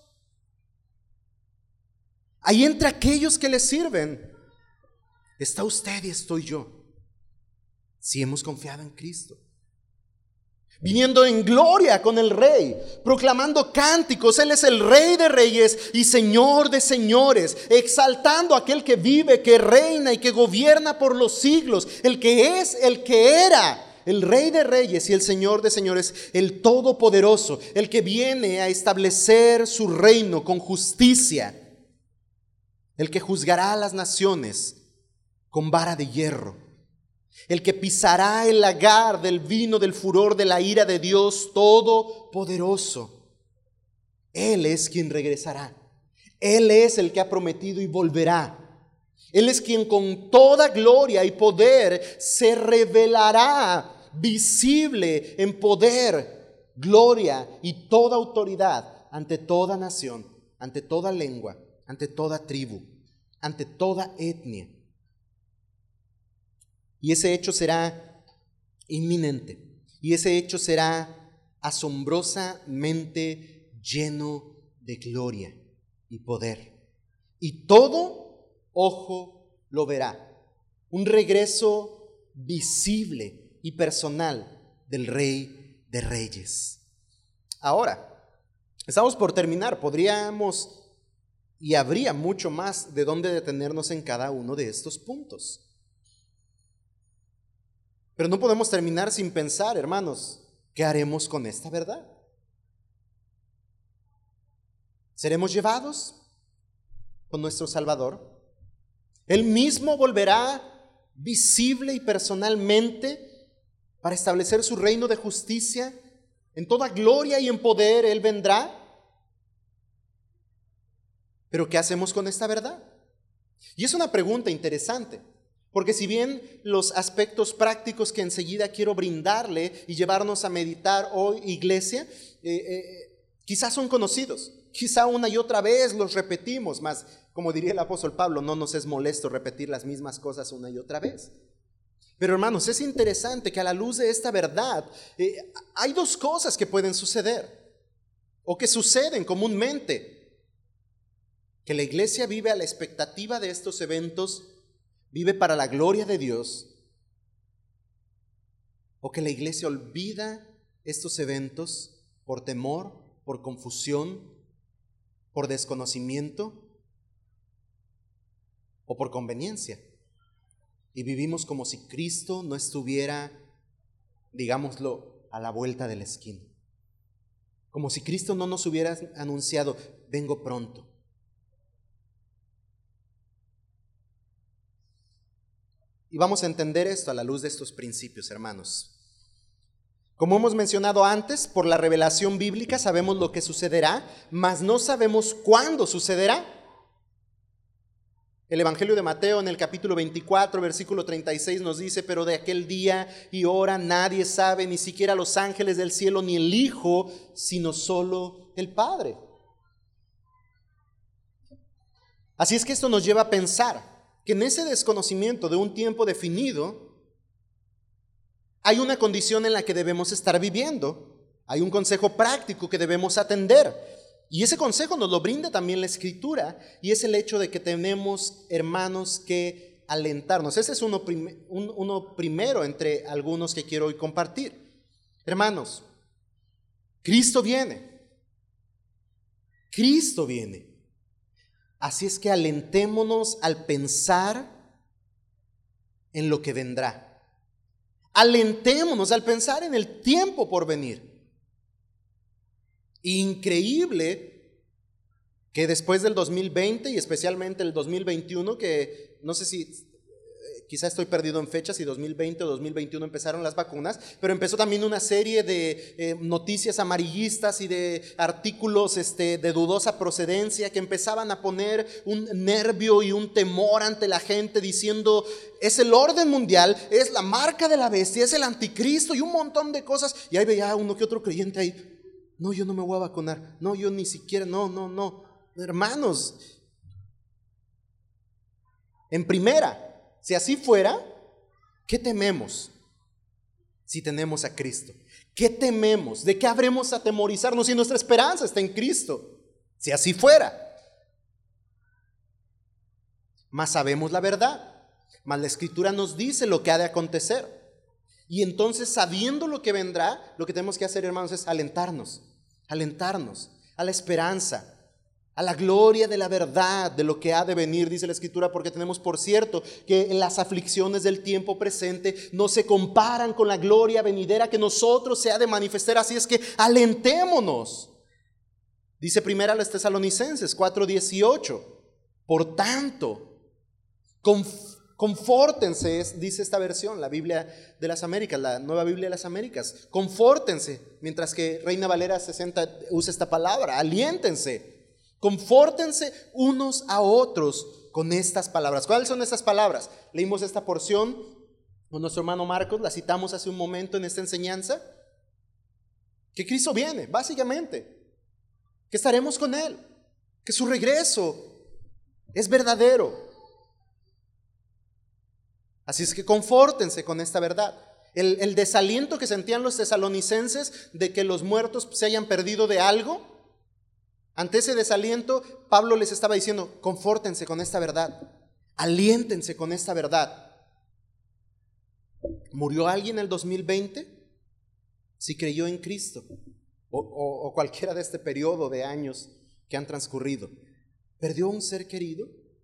ahí entre aquellos que le sirven, está usted y estoy yo, si hemos confiado en Cristo, viniendo en gloria con el Rey, proclamando cánticos. Él es el Rey de Reyes y Señor de Señores, exaltando a aquel que vive, que reina y que gobierna por los siglos, el que es, el que era, el Rey de Reyes y el Señor de Señores, el Todopoderoso, el que viene a establecer su reino con justicia, el que juzgará a las naciones con vara de hierro, el que pisará el lagar del vino del furor de la ira de Dios Todopoderoso. Él es quien regresará. Él es el que ha prometido y volverá. Él es quien con toda gloria y poder se revelará visible en poder, gloria y toda autoridad ante toda nación, ante toda lengua, ante toda tribu, ante toda etnia. Y ese hecho será inminente. Y ese hecho será asombrosamente lleno de gloria y poder. Y todo ojo lo verá. Un regreso visible y personal del Rey de Reyes. Ahora, estamos por terminar. Podríamos y habría mucho más de dónde detenernos en cada uno de estos puntos. Pero no podemos terminar sin pensar, hermanos, ¿qué haremos con esta verdad? ¿Seremos llevados con nuestro Salvador? Él mismo volverá visible y personalmente para establecer su reino de justicia. En toda gloria y en poder Él vendrá. Pero ¿qué hacemos con esta verdad? Y es una pregunta interesante, porque si bien los aspectos prácticos que enseguida quiero brindarle y llevarnos a meditar hoy, iglesia, quizás son conocidos, quizá una y otra vez los repetimos, mas como diría el apóstol Pablo, no nos es molesto repetir las mismas cosas una y otra vez. Pero hermanos, es interesante que a la luz de esta verdad hay dos cosas que pueden suceder o que suceden comúnmente. Que la iglesia vive a la expectativa de estos eventos, vive para la gloria de Dios, o que la iglesia olvida estos eventos por temor, por confusión, por desconocimiento o por conveniencia. Y vivimos como si Cristo no estuviera, digámoslo, a la vuelta de la esquina. Como si Cristo no nos hubiera anunciado, vengo pronto. Y vamos a entender esto a la luz de estos principios, hermanos. Como hemos mencionado antes, por la revelación bíblica sabemos lo que sucederá, mas no sabemos cuándo sucederá. El Evangelio de Mateo en el capítulo 24, versículo 36 nos dice, pero de aquel día y hora nadie sabe, ni siquiera los ángeles del cielo, ni el Hijo, sino solo el Padre. Así es que esto nos lleva a pensar que en ese desconocimiento de un tiempo definido, hay una condición en la que debemos estar viviendo, hay un consejo práctico que debemos atender, y ese consejo nos lo brinda también la Escritura, y es el hecho de que tenemos, hermanos, que alentarnos. Ese es uno primero entre algunos que quiero hoy compartir. Hermanos, Cristo viene. Cristo viene. Así es que alentémonos al pensar en lo que vendrá. Alentémonos al pensar en el tiempo por venir. Increíble que después del 2020 y especialmente el 2021, que no sé si quizá estoy perdido en fechas, si 2020 o 2021 empezaron las vacunas, pero empezó también una serie de noticias amarillistas y de artículos de dudosa procedencia que empezaban a poner un nervio y un temor ante la gente diciendo, es el orden mundial, es la marca de la bestia, es el anticristo y un montón de cosas. Y ahí veía uno que otro creyente ahí, no, yo no me voy a vacunar, no, yo ni siquiera, no. Hermanos, en primera, si así fuera, ¿qué tememos si tenemos a Cristo? ¿Qué tememos? ¿De qué habremos atemorizarnos si nuestra esperanza está en Cristo? Si así fuera. Mas sabemos la verdad, mas la Escritura nos dice lo que ha de acontecer. Y entonces, sabiendo lo que vendrá, lo que tenemos que hacer, hermanos, es alentarnos a la esperanza, a la gloria de la verdad, de lo que ha de venir, dice la Escritura, porque tenemos por cierto que las aflicciones del tiempo presente no se comparan con la gloria venidera que nosotros se ha de manifestar. Así es que alentémonos. Dice primera a los Tesalonicenses 4:18, por tanto, confórtense, dice esta versión, la Biblia de las Américas, la Nueva Biblia de las Américas, confórtense, mientras que Reina Valera 60 usa esta palabra, aliéntense. Confórtense unos a otros con estas palabras. ¿Cuáles son estas palabras? Leímos esta porción con nuestro hermano Marcos, la citamos hace un momento en esta enseñanza. Que Cristo viene, básicamente. Que estaremos con Él. Que su regreso es verdadero. Así es que confórtense con esta verdad. El desaliento que sentían los tesalonicenses de que los muertos se hayan perdido de algo, ante ese desaliento, Pablo les estaba diciendo, confórtense con esta verdad, aliéntense con esta verdad. ¿Murió alguien en el 2020? Si creyó en Cristo, o cualquiera de este periodo de años que han transcurrido. ¿Perdió un ser querido?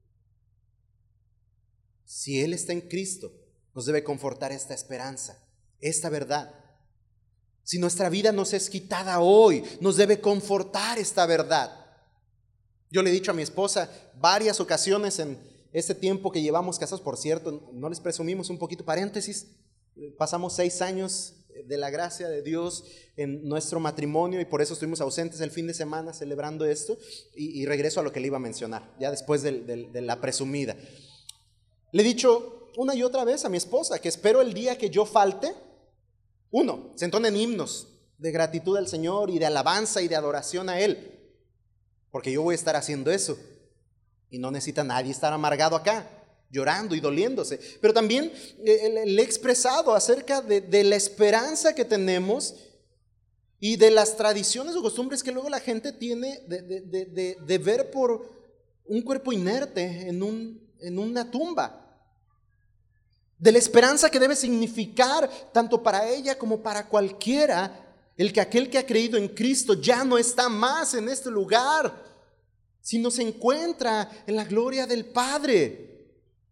Si Él está en Cristo, nos debe confortar esta esperanza, esta verdad. Si nuestra vida nos es quitada hoy, nos debe confortar esta verdad. Yo le he dicho a mi esposa varias ocasiones en este tiempo que llevamos casados, por cierto, no les presumimos un poquito, paréntesis, Pasamos 6 años de la gracia de Dios en nuestro matrimonio y por eso estuvimos ausentes el fin de semana celebrando esto y regreso a lo que le iba a mencionar, ya después de la presumida. Le he dicho una y otra vez a mi esposa que espero el día que yo falte, se entonen himnos de gratitud al Señor y de alabanza y de adoración a Él, porque yo voy a estar haciendo eso y no necesita nadie estar amargado acá, llorando y doliéndose. Pero también le he expresado acerca de la esperanza que tenemos y de las tradiciones o costumbres que luego la gente tiene de ver por un cuerpo inerte en una tumba. De la esperanza que debe significar tanto para ella como para cualquiera el que aquel que ha creído en Cristo ya no está más en este lugar, sino se encuentra en la gloria del Padre.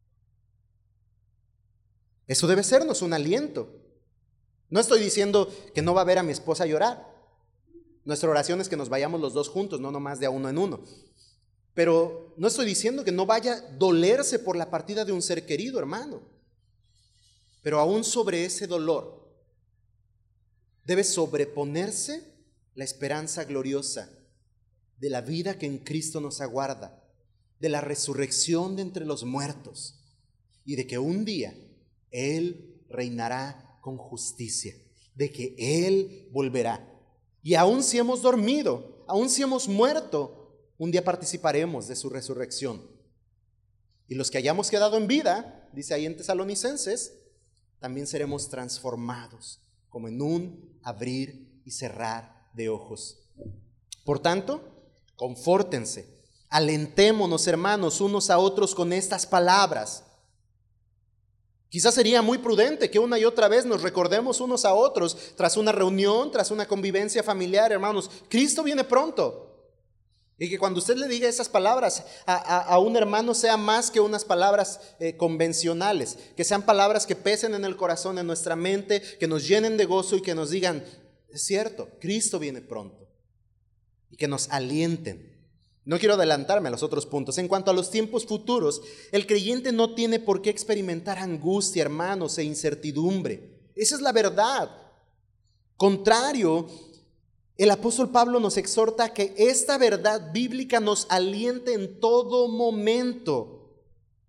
Eso debe sernos un aliento. No estoy diciendo que no va a ver a mi esposa llorar. Nuestra oración es que nos vayamos los dos juntos, no nomás de a uno en uno. Pero no estoy diciendo que no vaya a dolerse por la partida de un ser querido, hermano. Pero aún sobre ese dolor debe sobreponerse la esperanza gloriosa de la vida que en Cristo nos aguarda, de la resurrección de entre los muertos y de que un día Él reinará con justicia, de que Él volverá. Y aun si hemos dormido, aun si hemos muerto, un día participaremos de su resurrección. Y los que hayamos quedado en vida, dice ahí en Tesalonicenses, también seremos transformados como en un abrir y cerrar de ojos. Por tanto, confórtense, alentémonos, hermanos, unos a otros con estas palabras. Quizás sería muy prudente que una y otra vez nos recordemos unos a otros tras una reunión, tras una convivencia familiar, hermanos. Cristo viene pronto. Y que cuando usted le diga esas palabras a un hermano sea más que unas palabras convencionales, que sean palabras que pesen en el corazón, en nuestra mente, que nos llenen de gozo y que nos digan, es cierto, Cristo viene pronto. Y que nos alienten. No quiero adelantarme a los otros puntos. En cuanto a los tiempos futuros, el creyente no tiene por qué experimentar angustia, hermanos, e incertidumbre. Esa es la verdad. Contrario, el apóstol Pablo nos exhorta a que esta verdad bíblica nos aliente en todo momento.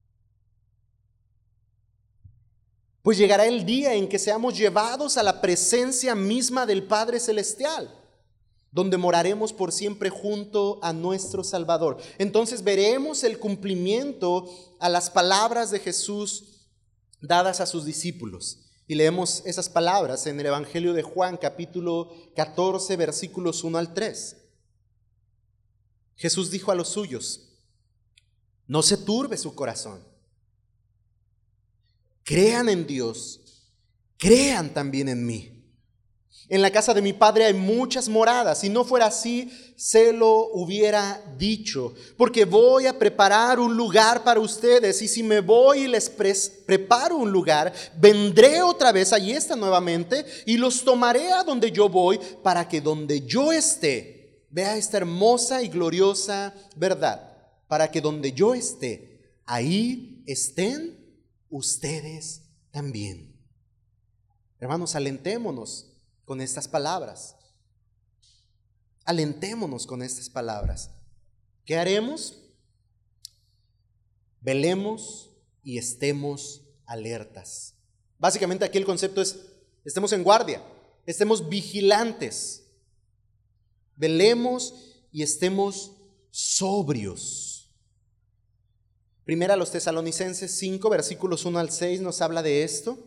Pues llegará el día en que seamos llevados a la presencia misma del Padre Celestial, donde moraremos por siempre junto a nuestro Salvador. Entonces veremos el cumplimiento a las palabras de Jesús dadas a sus discípulos. Y leemos esas palabras en el Evangelio de Juan, capítulo 14, versículos 1 al 3. Jesús dijo a los suyos, no se turbe su corazón. Crean en Dios, crean también en mí. En la casa de mi Padre hay muchas moradas. Si no fuera así, se lo hubiera dicho. Porque voy a preparar un lugar para ustedes. Y si me voy y les preparo un lugar, vendré otra vez, allí está nuevamente, y los tomaré a donde yo voy, para que donde yo esté, vea esta hermosa y gloriosa verdad, para que donde yo esté, ahí estén ustedes también. Hermanos, alentémonos con estas palabras. Alentémonos con estas palabras. ¿Qué haremos? Velemos y estemos alertas. Básicamente aquí el concepto es, estemos en guardia, estemos vigilantes. Velemos y estemos sobrios. Primera a los Tesalonicenses 5, versículos 1 al 6 nos habla de esto.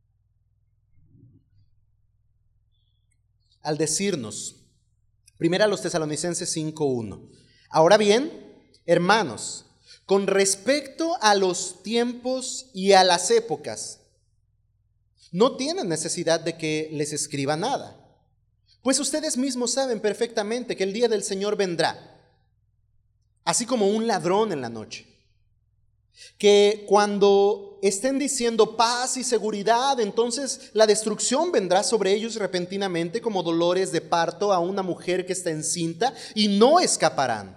Al decirnos, primera a los Tesalonicenses 5:1, ahora bien, hermanos, con respecto a los tiempos y a las épocas, no tienen necesidad de que les escriba nada, pues ustedes mismos saben perfectamente que el día del Señor vendrá, así como un ladrón en la noche. Que cuando estén diciendo paz y seguridad, entonces la destrucción vendrá sobre ellos repentinamente como dolores de parto a una mujer que está encinta, y no escaparán.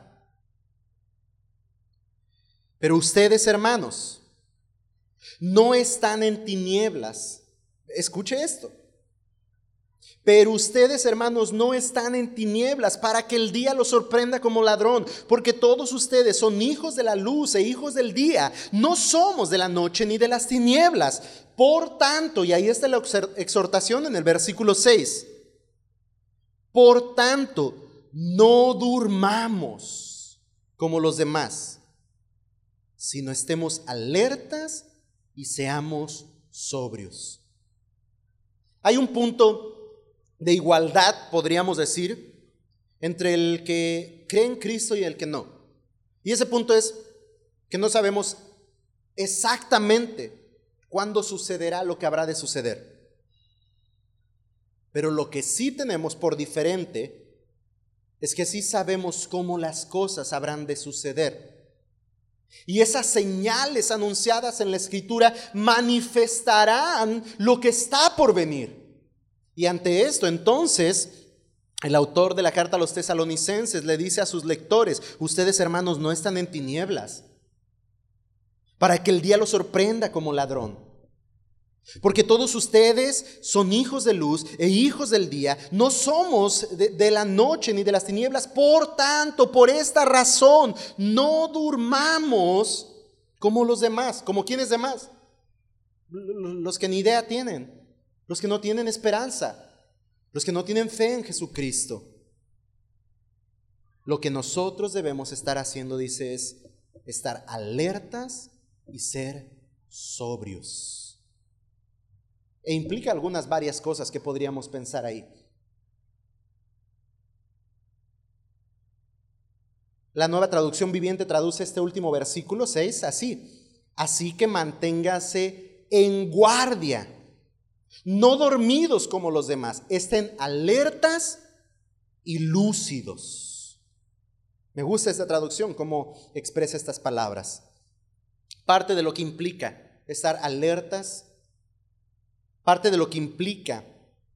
Pero ustedes, hermanos, no están en tinieblas. Escuche esto. Pero ustedes, hermanos, no están en tinieblas para que el día los sorprenda como ladrón, porque todos ustedes son hijos de la luz e hijos del día. No somos de la noche ni de las tinieblas. Por tanto, y ahí está la exhortación en el versículo 6. Por tanto, no durmamos como los demás, sino estemos alertas y seamos sobrios. Hay un punto de igualdad, podríamos decir, entre el que cree en Cristo y el que no. Y ese punto es que no sabemos exactamente cuándo sucederá lo que habrá de suceder. Pero lo que sí tenemos por diferente es que sí sabemos cómo las cosas habrán de suceder. Y esas señales anunciadas en la Escritura manifestarán lo que está por venir. Y ante esto, entonces, el autor de la carta a los tesalonicenses le dice a sus lectores: ustedes, hermanos, no están en tinieblas para que el día los sorprenda como ladrón. Porque todos ustedes son hijos de luz e hijos del día. No somos de la noche ni de las tinieblas. Por tanto, por esta razón, no durmamos como los demás. ¿Como quiénes demás? Los que ni idea tienen. Los que no tienen esperanza, los que no tienen fe en Jesucristo. Lo que nosotros debemos estar haciendo, dice, es estar alertas y ser sobrios. E implica varias cosas que podríamos pensar ahí. La Nueva Traducción Viviente traduce este último versículo 6 así: así que manténgase en guardia, no dormidos como los demás, estén alertas y lúcidos. Me gusta esta traducción, cómo expresa estas palabras. Parte de lo que implica estar alertas, parte de lo que implica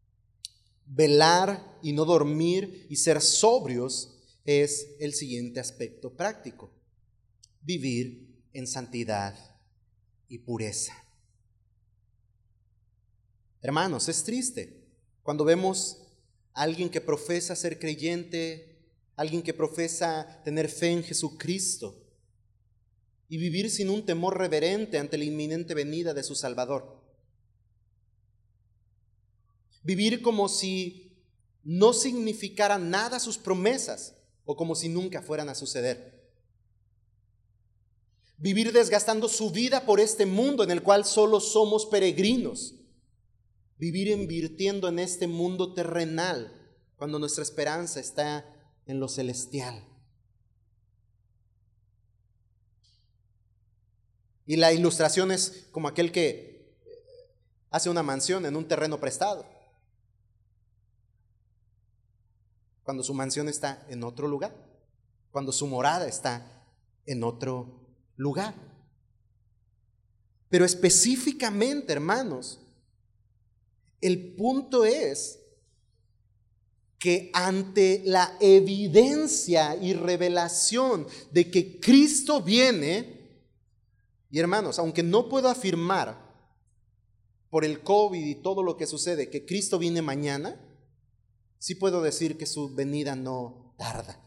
velar y no dormir y ser sobrios es el siguiente aspecto práctico: vivir en santidad y pureza. Hermanos, es triste cuando vemos a alguien que profesa ser creyente, alguien que profesa tener fe en Jesucristo y vivir sin un temor reverente ante la inminente venida de su Salvador. Vivir como si no significaran nada sus promesas o como si nunca fueran a suceder. Vivir desgastando su vida por este mundo en el cual solo somos peregrinos. Vivir invirtiendo en este mundo terrenal cuando nuestra esperanza está en lo celestial. Y la ilustración es como aquel que hace una mansión en un terreno prestado, cuando su mansión está en otro lugar, cuando su morada está en otro lugar. Pero específicamente, hermanos, el punto es que ante la evidencia y revelación de que Cristo viene, y hermanos, aunque no puedo afirmar por el COVID y todo lo que sucede que Cristo viene mañana, sí puedo decir que su venida no tarda.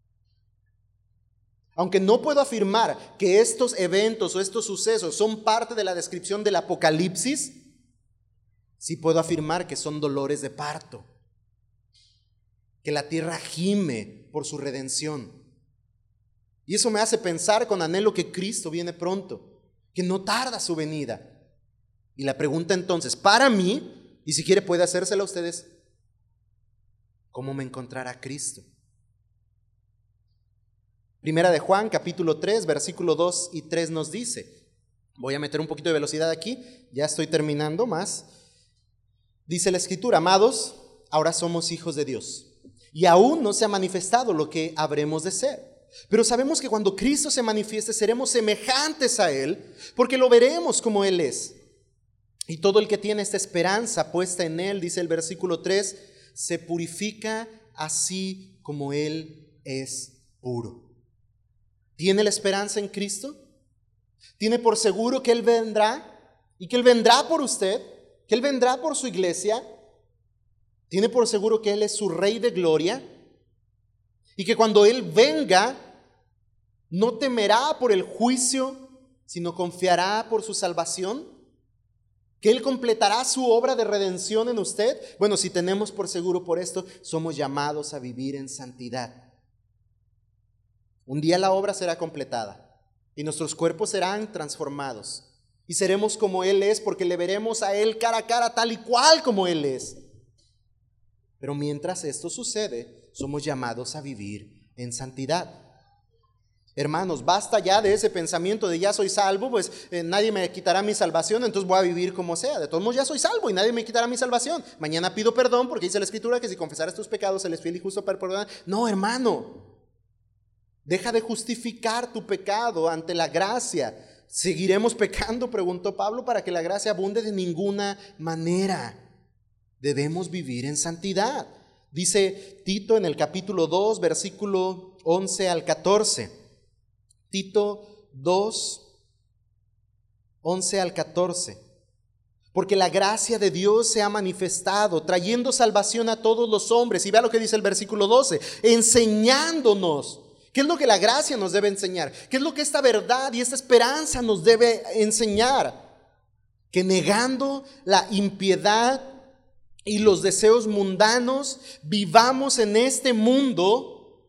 Aunque no puedo afirmar que estos eventos o estos sucesos son parte de la descripción del Apocalipsis, sí puedo afirmar que son dolores de parto, que la tierra gime por su redención. Y eso me hace pensar con anhelo que Cristo viene pronto, que no tarda su venida. Y la pregunta entonces, para mí, y si quiere puede hacérsela a ustedes: ¿cómo me encontrará Cristo? Primera de Juan, capítulo 3, versículo 2 y 3 nos dice, voy a meter un poquito de velocidad aquí, ya estoy terminando más. Dice la Escritura: amados, ahora somos hijos de Dios, y aún no se ha manifestado lo que habremos de ser. Pero sabemos que cuando Cristo se manifieste seremos semejantes a Él, porque lo veremos como Él es. Y todo el que tiene esta esperanza puesta en Él, dice el versículo 3, se purifica así como Él es puro. ¿Tiene la esperanza en Cristo? ¿Tiene por seguro que Él vendrá y que Él vendrá por usted? que Él vendrá por su iglesia, tiene por seguro que Él es su Rey de gloria y que cuando Él venga no temerá por el juicio, sino confiará por su salvación, que Él completará su obra de redención en usted. Bueno, si tenemos por seguro por esto, somos llamados a vivir en santidad. Un día la obra será completada y nuestros cuerpos serán transformados y seremos como Él es, porque le veremos a Él cara a cara, tal y cual como Él es. Pero mientras esto sucede, somos llamados a vivir en santidad. Hermanos, basta ya de ese pensamiento de ya soy salvo, pues nadie me quitará mi salvación, entonces voy a vivir como sea. De todos modos ya soy salvo y nadie me quitará mi salvación. Mañana pido perdón porque dice la Escritura que si confesaras tus pecados, Él es fiel y justo para perdonar. No, hermano, deja de justificar tu pecado ante la gracia. ¿Seguiremos pecando?, preguntó Pablo, para que la gracia abunde. De ninguna manera. Debemos vivir en santidad. Dice Tito en el capítulo 2, versículo 11 al 14. Tito 2, 11 al 14. Porque la gracia de Dios se ha manifestado, trayendo salvación a todos los hombres. Y vea lo que dice el versículo 12, enseñándonos. ¿Qué es lo que la gracia nos debe enseñar? ¿Qué es lo que esta verdad y esta esperanza nos debe enseñar? Que negando la impiedad y los deseos mundanos, vivamos en este mundo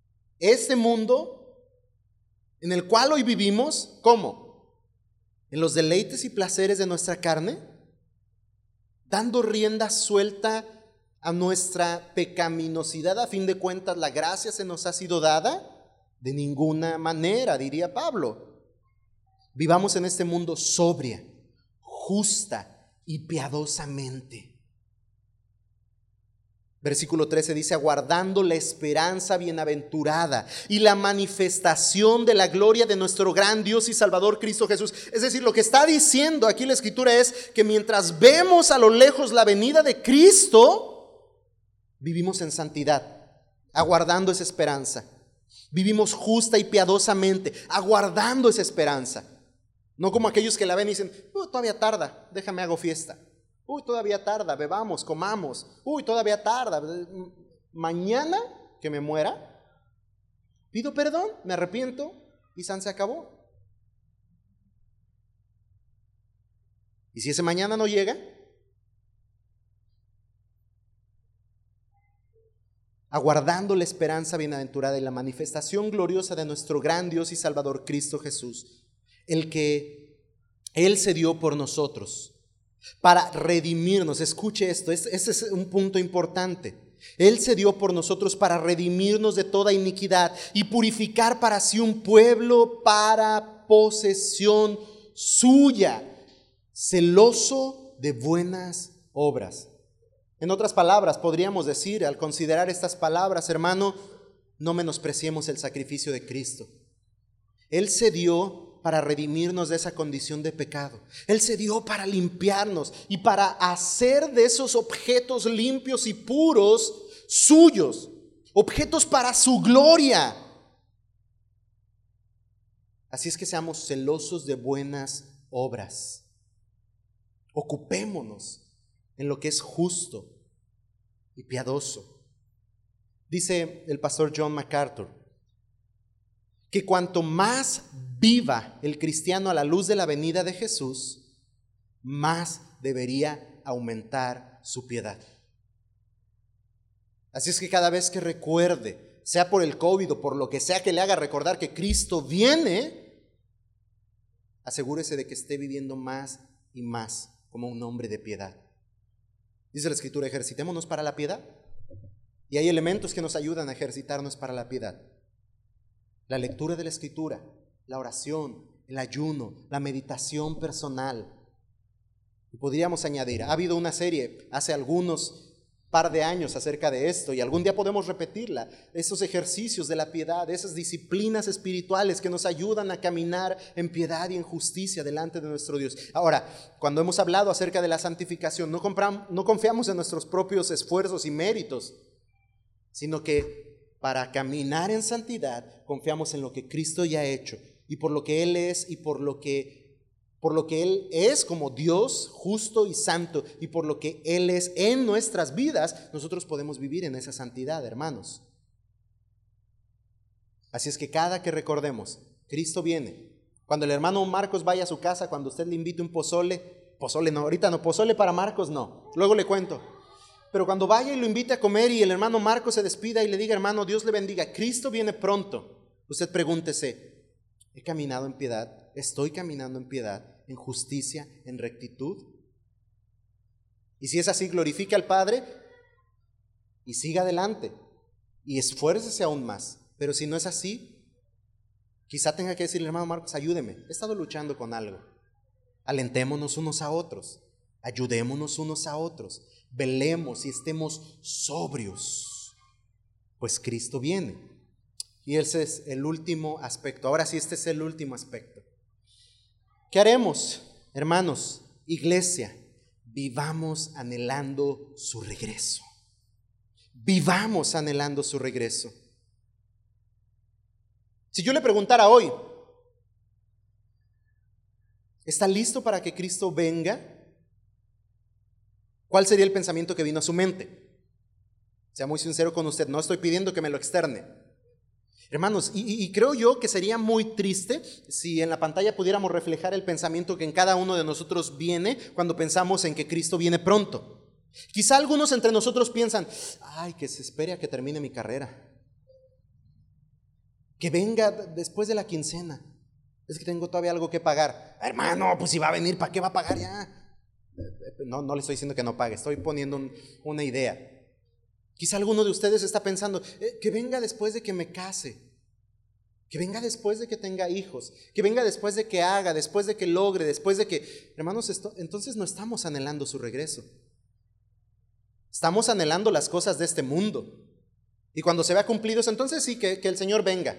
en el cual hoy vivimos. ¿Cómo? En los deleites y placeres de nuestra carne, dando rienda suelta a nuestra pecaminosidad. A fin de cuentas, la gracia se nos ha sido dada. De ninguna manera, diría Pablo. Vivamos en este mundo sobria, justa y piadosamente. Versículo 13 dice, aguardando la esperanza bienaventurada y la manifestación de la gloria de nuestro gran Dios y Salvador Cristo Jesús. Es decir, lo que está diciendo aquí la Escritura es que mientras vemos a lo lejos la venida de Cristo, vivimos en santidad, aguardando esa esperanza. Vivimos justa y piadosamente, aguardando esa esperanza. No como aquellos que la ven y dicen, todavía tarda, déjame hago fiesta. Todavía tarda, bebamos, comamos. Todavía tarda, mañana que me muera, pido perdón, me arrepiento y san se acabó. ¿Y si ese mañana no llega? Aguardando la esperanza bienaventurada y la manifestación gloriosa de nuestro gran Dios y Salvador Cristo Jesús, el que Él se dio por nosotros para redimirnos. Escuche esto, este es un punto importante. Él se dio por nosotros para redimirnos de toda iniquidad y purificar para sí un pueblo para posesión suya, celoso de buenas obras. En otras palabras, podríamos decir, al considerar estas palabras, hermano, no menospreciemos el sacrificio de Cristo. Él se dio para redimirnos de esa condición de pecado. Él se dio para limpiarnos y para hacer de esos objetos limpios y puros suyos, objetos para su gloria. Así es que seamos celosos de buenas obras. Ocupémonos en lo que es justo y piadoso. Dice el pastor John MacArthur que cuanto más viva el cristiano a la luz de la venida de Jesús, más debería aumentar su piedad. Así es que cada vez que recuerde, sea por el COVID o por lo que sea que le haga recordar que Cristo viene, asegúrese de que esté viviendo más y más como un hombre de piedad. Dice la Escritura, ejercitémonos para la piedad. Y hay elementos que nos ayudan a ejercitarnos para la piedad. La lectura de la Escritura, la oración, el ayuno, la meditación personal. Y podríamos añadir, ha habido una serie hace algunos par de años acerca de esto, y algún día podemos repetirla, esos ejercicios de la piedad, esas disciplinas espirituales que nos ayudan a caminar en piedad y en justicia delante de nuestro Dios. Ahora, cuando hemos hablado acerca de la santificación, no confiamos en nuestros propios esfuerzos y méritos, sino que para caminar en santidad confiamos en lo que Cristo ya ha hecho y por lo que Él es y por lo que por lo que Él es como Dios justo y santo, y por lo que Él es en nuestras vidas, nosotros podemos vivir en esa santidad, hermanos. Así es que cada que recordemos, Cristo viene. Cuando el hermano Marcos vaya a su casa, cuando usted le invite un pozole no, ahorita no, pozole para Marcos no, luego le cuento. Pero cuando vaya y lo invite a comer y el hermano Marcos se despida y le diga, hermano, Dios le bendiga, Cristo viene pronto, usted pregúntese, ¿he caminado en piedad? ¿Estoy caminando en piedad, en justicia, en rectitud? Y si es así, glorifique al Padre y siga adelante y esfuércese aún más. Pero si no es así, quizá tenga que decirle, hermano Marcos, ayúdeme, he estado luchando con algo. Alentémonos unos a otros, ayudémonos unos a otros, velemos y estemos sobrios, pues Cristo viene. Y ese es el último aspecto. Ahora sí, este es el último aspecto. ¿Qué haremos, hermanos, iglesia? Vivamos anhelando su regreso. Vivamos anhelando su regreso. Si yo le preguntara hoy, ¿está listo para que Cristo venga? ¿Cuál sería el pensamiento que vino a su mente? Sea muy sincero con usted, no estoy pidiendo que me lo externe. Hermanos, y creo yo que sería muy triste si en la pantalla pudiéramos reflejar el pensamiento que en cada uno de nosotros viene cuando pensamos en que Cristo viene pronto. Quizá algunos entre nosotros piensan, ay, que se espere a que termine mi carrera. Que venga después de la quincena. Es que tengo todavía algo que pagar. Hermano, pues si va a venir, ¿para qué va a pagar ya? No le estoy diciendo que no pague, estoy poniendo una idea. Quizá alguno de ustedes está pensando, que venga después de que me case. Que venga después de que tenga hijos. Que venga después de que haga, después de que logre, después de que... Hermanos, entonces no estamos anhelando su regreso. Estamos anhelando las cosas de este mundo. Y cuando se vea cumplidos, entonces sí, que el Señor venga.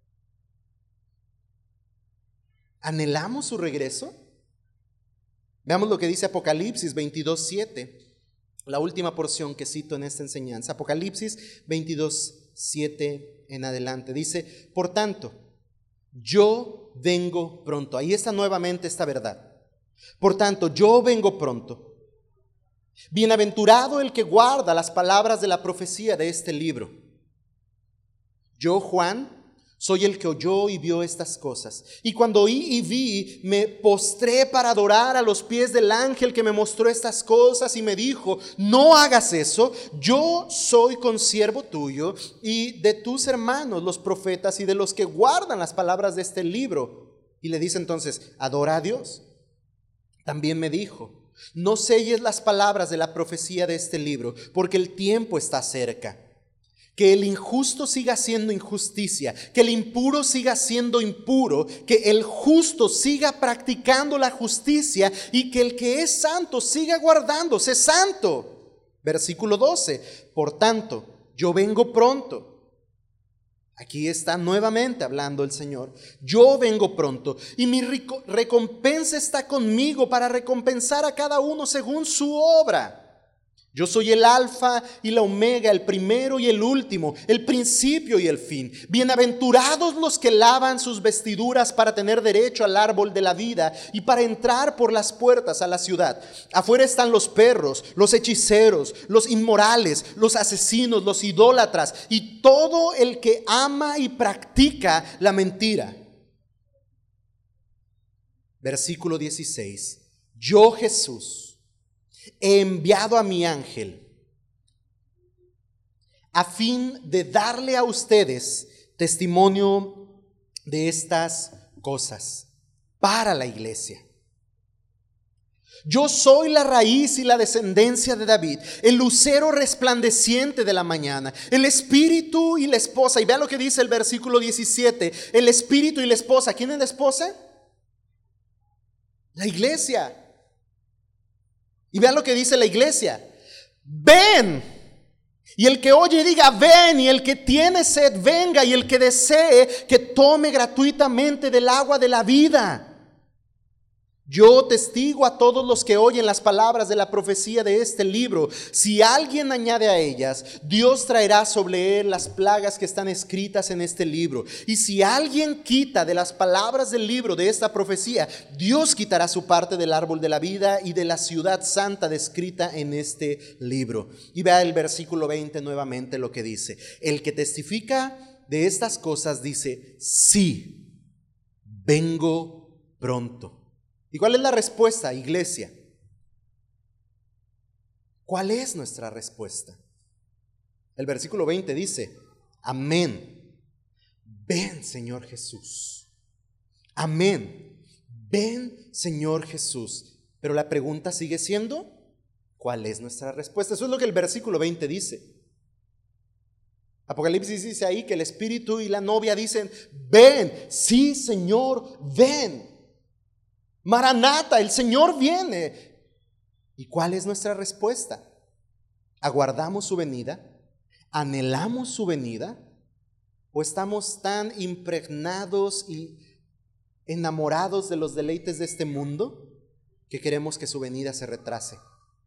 ¿Anhelamos su regreso? Veamos lo que dice Apocalipsis 22:7, la última porción que cito en esta enseñanza. Apocalipsis 22:7 en adelante. Dice, por tanto, yo vengo pronto. Ahí está nuevamente esta verdad. Por tanto, yo vengo pronto. Bienaventurado el que guarda las palabras de la profecía de este libro. Yo, Juan, soy el que oyó y vio estas cosas. Y cuando oí y vi, me postré para adorar a los pies del ángel que me mostró estas cosas y me dijo, no hagas eso, yo soy consiervo tuyo y de tus hermanos los profetas y de los que guardan las palabras de este libro. Y le dice entonces, adora a Dios. También me dijo, no selles las palabras de la profecía de este libro, porque el tiempo está cerca. Que el injusto siga siendo injusticia, que el impuro siga siendo impuro, que el justo siga practicando la justicia y que el que es santo siga guardándose santo. Versículo 12, por tanto, yo vengo pronto. Aquí está nuevamente hablando el Señor. Yo vengo pronto y mi recompensa está conmigo para recompensar a cada uno según su obra. Yo soy el alfa y la omega, el primero y el último, el principio y el fin. Bienaventurados los que lavan sus vestiduras para tener derecho al árbol de la vida y para entrar por las puertas a la ciudad. Afuera están los perros, los hechiceros, los inmorales, los asesinos, los idólatras y todo el que ama y practica la mentira. Versículo 16. Yo, Jesús, he enviado a mi ángel a fin de darle a ustedes testimonio de estas cosas para la iglesia. Yo soy la raíz y la descendencia de David, el lucero resplandeciente de la mañana, el espíritu y la esposa. Y vea lo que dice el versículo 17, el espíritu y la esposa. ¿Quién es la esposa? La iglesia. Y vean lo que dice la iglesia. Ven. Y el que oye diga ven. Y el que tiene sed venga. Y el que desee que tome gratuitamente del agua de la vida. Yo testigo a todos los que oyen las palabras de la profecía de este libro. Si alguien añade a ellas, Dios traerá sobre él las plagas que están escritas en este libro. Y si alguien quita de las palabras del libro de esta profecía, Dios quitará su parte del árbol de la vida y de la ciudad santa descrita en este libro. Y vea el versículo 20 nuevamente lo que dice. El que testifica de estas cosas dice, sí, vengo pronto. ¿Y cuál es la respuesta, iglesia? ¿Cuál es nuestra respuesta? El versículo 20 dice, amén, ven Señor Jesús. Amén, ven Señor Jesús. Pero la pregunta sigue siendo, ¿cuál es nuestra respuesta? Eso es lo que el versículo 20 dice. Apocalipsis dice ahí que el Espíritu y la novia dicen, ven, sí Señor, ven. Maranata, el Señor viene. ¿Y cuál es nuestra respuesta? ¿Aguardamos su venida? ¿Anhelamos su venida? ¿O estamos tan impregnados y enamorados de los deleites de este mundo que queremos que su venida se retrase?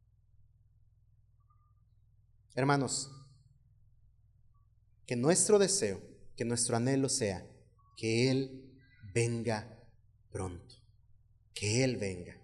Hermanos, que nuestro deseo, que nuestro anhelo sea que Él venga pronto. Que Él venga.